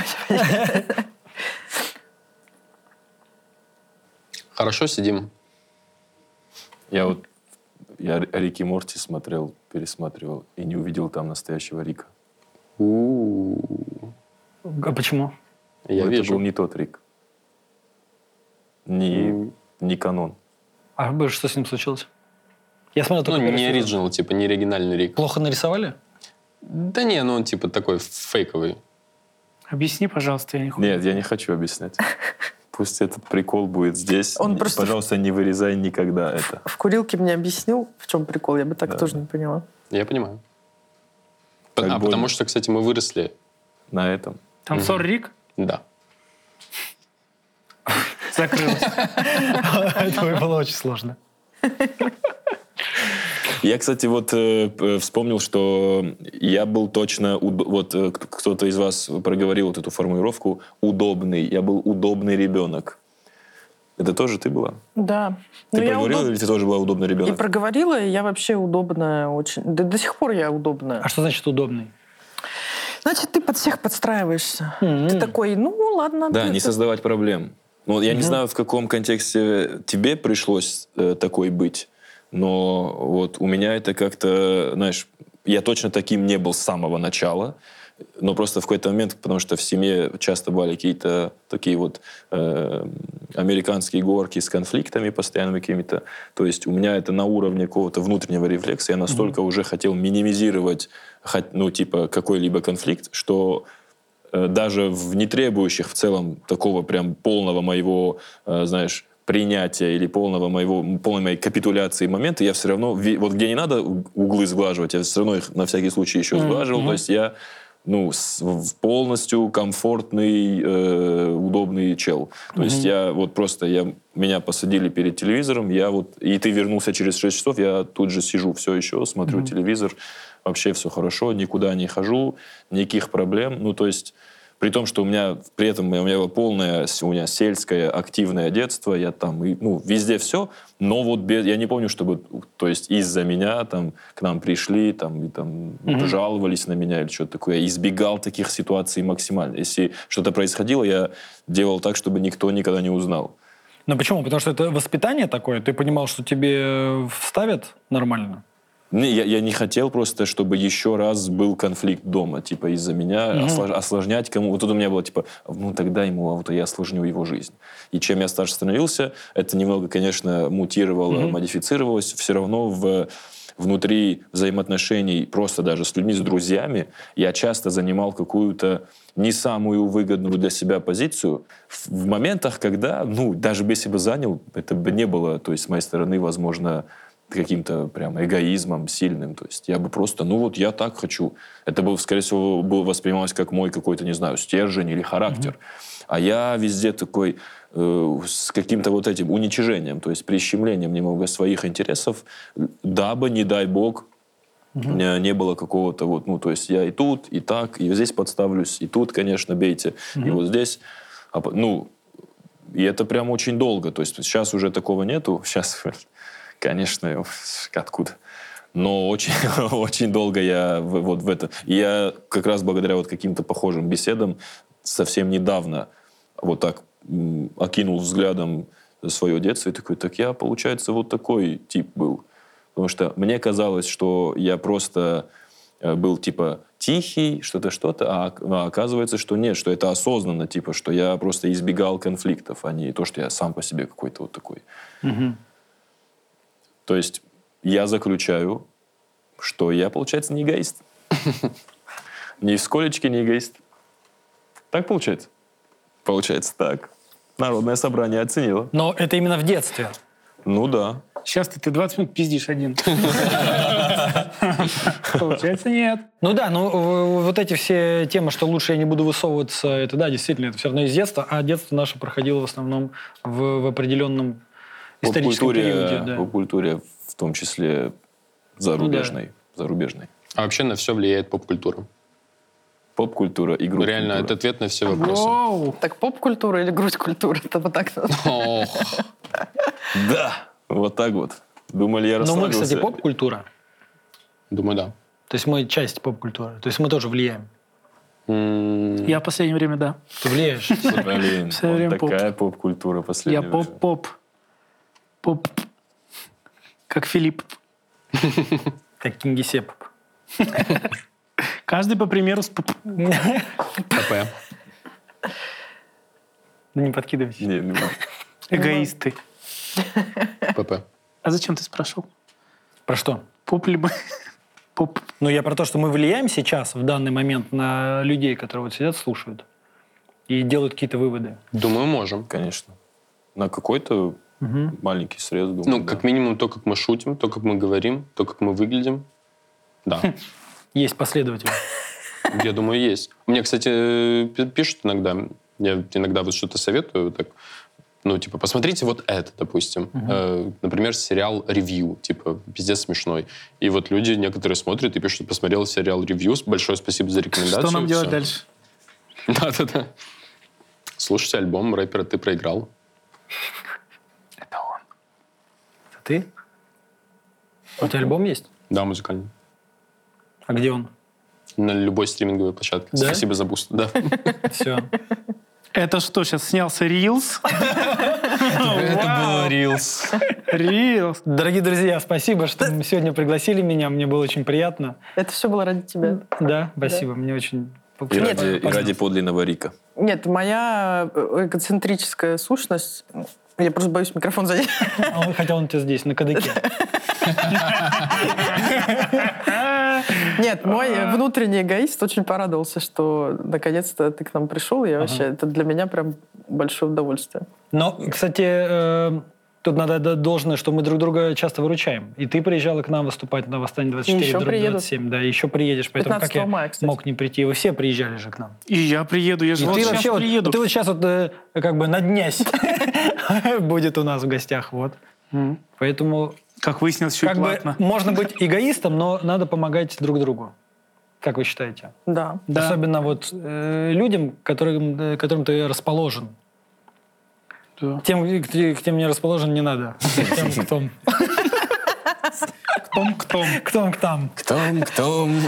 Хорошо, сидим. Я вот я Рик и Морти смотрел, пересматривал и не увидел там настоящего Рика. У-у-у. А почему? Я это вижу. был не тот Рик. Не, mm. не канон. А что с ним случилось? Я смотрел ну, только не оригинал, типа, не оригинальный Рик. Плохо нарисовали? Да не, ну он типа такой фейковый. Объясни, пожалуйста, я не хочу. Нет, я не хочу объяснять. Пусть этот прикол будет здесь. Он просто... Пожалуйста, не вырезай никогда это. В курилке мне объяснил, в чем прикол. Я бы так да. тоже не поняла. Я понимаю. Так а больно. Потому что, кстати, мы выросли. На этом. Танцор Рик? Да. Закрылось. Это было очень сложно. Я, кстати, вот э, вспомнил, что я был точно... Уд... Вот э, кто-то из вас проговорил вот эту формулировку «удобный». Я был удобный ребенок. Это тоже ты была? Да. Ты Но проговорила удоб... или ты тоже была удобный ребенок? И проговорила, и я вообще удобная очень. Да до сих пор я удобная. А что значит удобный? Значит, ты под всех подстраиваешься. Mm-hmm. Ты такой, ну ладно. Да, ты... не создавать проблем. Ну, я mm-hmm. не знаю, в каком контексте тебе пришлось э, такой быть. Но вот у меня это как-то, знаешь, я точно таким не был с самого начала, но просто в какой-то момент, потому что в семье часто были какие-то такие вот э, американские горки с конфликтами постоянными какими-то, то есть у меня это на уровне какого-то внутреннего рефлекса, я настолько mm-hmm. уже хотел минимизировать, ну, типа, какой-либо конфликт, что э, даже в не требующих в целом такого прям полного моего, э, знаешь, принятия или полного моего, полной моей капитуляции момента, я все равно, вот где не надо углы сглаживать, я все равно их на всякий случай еще сглаживал. Mm-hmm. То есть я ну, с, полностью комфортный, э, удобный чел. То mm-hmm. есть я вот просто, я, меня посадили перед телевизором, я вот, и ты вернулся через шесть часов, я тут же сижу все еще, смотрю mm-hmm. телевизор, вообще все хорошо, никуда не хожу, никаких проблем. Ну, то есть При том, что у меня при этом у меня было полное, у меня сельское активное детство, я там, и, ну, везде все, но вот без, я не помню, чтобы, то есть из-за меня там к нам пришли, там, и, там mm-hmm. жаловались на меня или что-то такое. Я избегал таких ситуаций максимально. Если что-то происходило, я делал так, чтобы никто никогда не узнал. Но почему? Потому что это воспитание такое, ты понимал, что тебе вставят нормально? Не, я, я не хотел просто, чтобы еще раз был конфликт дома, типа из-за меня mm-hmm. ослож, осложнять кому. Вот тут у меня было типа, ну тогда ему, а вот я осложню его жизнь. И чем я старше становился, это немного, конечно, мутировало, mm-hmm. модифицировалось. Все равно в, внутри взаимоотношений просто даже с людьми, с друзьями, я часто занимал какую-то не самую выгодную для себя позицию в, в моментах, когда, ну, даже если бы занял, это бы не было, то есть с моей стороны, возможно, каким-то прям эгоизмом сильным. То есть я бы просто, ну вот я так хочу. Это, бы, скорее всего, было воспринималось как мой какой-то, не знаю, стержень или характер. Mm-hmm. А я везде такой э, с каким-то вот этим уничижением, то есть прищемлением немного своих интересов, дабы, не дай бог, mm-hmm. не, не было какого-то вот, ну, то есть я и тут, и так, и здесь подставлюсь, и тут, конечно, бейте, mm-hmm. и вот здесь. А, ну, и это прям очень долго. То есть сейчас уже такого нету. Сейчас... Конечно, откуда. Но очень, очень долго я в, вот в это... И я как раз благодаря вот каким-то похожим беседам совсем недавно вот так м, окинул взглядом свое детство и такой, так я, получается, вот такой тип был. Потому что мне казалось, что я просто был типа тихий, что-то, что-то, а, а оказывается, что нет, что это осознанно, типа, что я просто избегал конфликтов, а не то, что я сам по себе какой-то вот такой. Угу. То есть я заключаю, что я, получается, не эгоист. Ни в сколечке не эгоист. Так получается? Получается так. Народное собрание оценило. Но это именно в детстве. Ну да. Сейчас ты, ты двадцать минут пиздишь один. Получается, нет. Ну да, ну вот эти все темы, что лучше я не буду высовываться, это да, действительно, это все равно из детства, а детство наше проходило в основном в, в определенном историческом периоде. Да. В культуре, в том числе зарубежной. Ну, да. зарубежной. А вообще на все влияет поп-культура. Поп-культура и грудь-культура. Реально, это ответ на все вопросы. Воу. Так поп-культура или грудь-культура? Это вот так. Да, вот так вот. Думали, я расслабился. Но мы, кстати, поп-культура. Думаю, да. То есть мы часть поп-культуры. То есть мы тоже влияем. Я в последнее время, да. Ты влияешь? Блин, вот такая поп-культура в последнее время. Я поп-поп. Поп. Как Филипп. Как Кингисепп. Каждый по примеру с поп. ПП. Ну не подкидывайся. Не, не. Эгоисты. ПП. А зачем ты спрашивал? Про что? Поп либо поп. Ну я про то, что мы влияем сейчас, в данный момент, на людей, которые вот сидят, слушают и делают какие-то выводы. Думаю, можем. Конечно. На какой-то угу. маленький срез, думаю. Ну, да. как минимум, то, как мы шутим, то, как мы говорим, то, как мы выглядим. Да. Есть последователи. Я думаю, есть. Мне, кстати, пишут иногда, я иногда вот что-то советую, так, ну, типа, посмотрите вот это, допустим. Uh-huh. Э, например, сериал «Ревью», типа, пиздец смешной. И вот люди некоторые смотрят и пишут, посмотрел сериал «Ревью», большое спасибо за рекомендацию. Что нам делать Все. дальше? Да-да-да. Слушайте альбом рэпера «Ты проиграл». Это он. Это ты? У тебя альбом есть? Да, музыкальный. А где он? На любой стриминговой площадке. Да? Спасибо за буст. Да. Все. Это что, сейчас снялся Рилс? Это был Рилс. Рилс. Дорогие друзья, спасибо, что сегодня пригласили меня. Мне было очень приятно. Это все было ради тебя. Да, спасибо. Мне очень... И ради, и ради подлинного Рика. Нет, моя эгоцентрическая сущность... Я просто боюсь микрофон задеть. Хотя он у тебя здесь, на кадыке. Нет, мой внутренний эгоист очень порадовался, что наконец-то ты к нам пришел. И вообще, это для меня прям большое удовольствие. Но, кстати, тут надо отдать должное, что мы друг друга часто выручаем. И ты приезжала к нам выступать на «Восстание двадцать четыре», двадцать семь, да, еще приедешь. Поэтому как я мая, мог не прийти? Вы все приезжали же к нам. И я приеду, я же вот сейчас вообще, приеду. Вот, ты вот сейчас вот как бы на днясь будет у нас в гостях, вот. Mm. Поэтому... Как выяснилось, еще как и бы платно. можно быть эгоистом, но надо помогать друг другу. Как вы считаете? Да. Да. Особенно вот э, людям, которым, э, которым ты расположен. Да. Тем, к, к тем не расположен, не надо. Тем, кто... Ктом, ктом. Кто там? Ктом, ктом.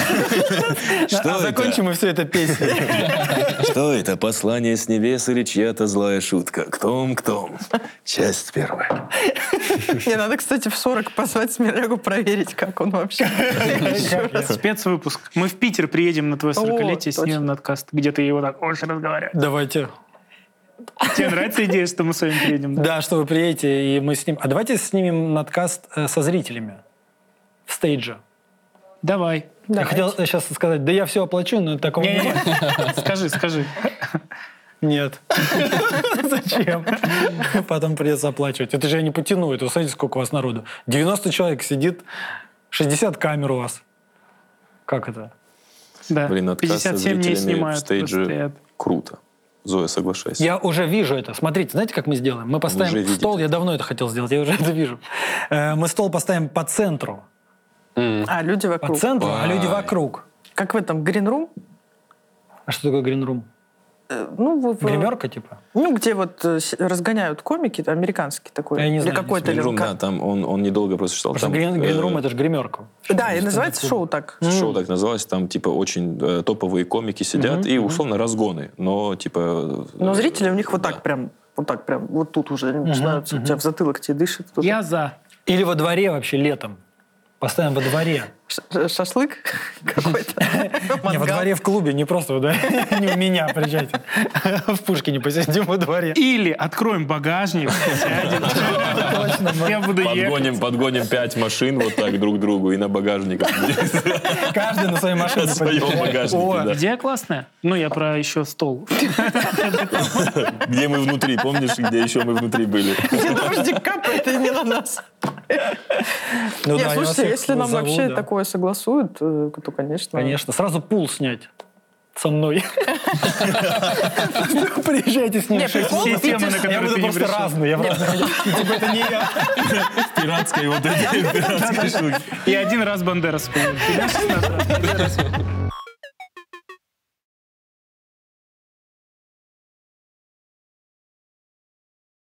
А закончим мы все это песней. Что это? Послание с небес или чья-то злая шутка? Ктом, ктом. Часть первая. Мне надо, кстати, в сорок позвать Смелягу, проверить, как он вообще. Еще раз. Спецвыпуск. Мы в Питер приедем на твое сорокалетие, точно. снимем надкаст, где ты его так очень разговариваешь. Давайте. Тебе нравится идея, что мы с вами приедем? Да, что вы приедете, и мы снимем. А давайте снимем надкаст э, со зрителями. В стейдже. Давай. Я хотел сейчас сказать, да я все оплачу, но такого Не, не, нет. не. Скажи, скажи. Нет. Зачем? Потом придется оплачивать. Это же я не потяну. Это, смотрите, сколько у вас народу. девяносто человек сидит, шестьдесят камер у вас. Как это? Да. Блин, отказ со пятьдесят семь не зрителями в снимают. стейдже стоят. круто. Зоя, соглашайся. Я уже вижу это. Смотрите, знаете, как мы сделаем? Мы уже поставим видите стол, я давно это хотел сделать, я уже это вижу. Э, Мы стол поставим по центру. А, люди По вокруг. центру, а люди Ай. вокруг. Как в этом, гринрум? А что такое гринрум? Ну, в- в- Гримерка, типа? ну, где вот э, с- разгоняют комики, это американский такой. Я не Или знаю, какой-то... или Гринрум, как- да, там он, он недолго просто читал. Потому что Там, грин- э, гринрум — это же гримерка. Да, и называется шоу так. Шоу так называлось, там типа очень э, топовые комики сидят Мгм, и мгм. условно разгоны, но типа... э, Но зрители у них вот да. так прям, вот так прям, вот тут уже они начинаются, мгм. у тебя в затылок тебе дышит. кто-то. Я за. Или во дворе вообще летом. Поставим во дворе. Ш- Шашлык какой-то. Не, во мангал. дворе в клубе, не просто во дворе. Не у меня, приезжайте. В Пушкине посидим во дворе. Или откроем багажник, сядем. Я буду ехать. Подгоним, подгоним пять машин вот так друг к другу и на багажниках. Каждый на своей машине. На своем подъезжает. багажнике, О, да. Идея классная. Ну, я про еще стол. Где мы внутри, помнишь, где еще мы внутри были? Где дождик капает, и не на нас. Ну Нет, да, я вас слушайте, всех если нам зову, вообще да. такое согласуют, э, то, конечно. Конечно, сразу пул снять со мной. Приезжайте с ним. Не, прикол, Все темы, на Я которые буду ты не просто пришел. разный. Я в разных- Типа это не я. Пиратской вот этой пиратской штуки. И один раз Бандера вспомнил. Тебя шестнадцать раз.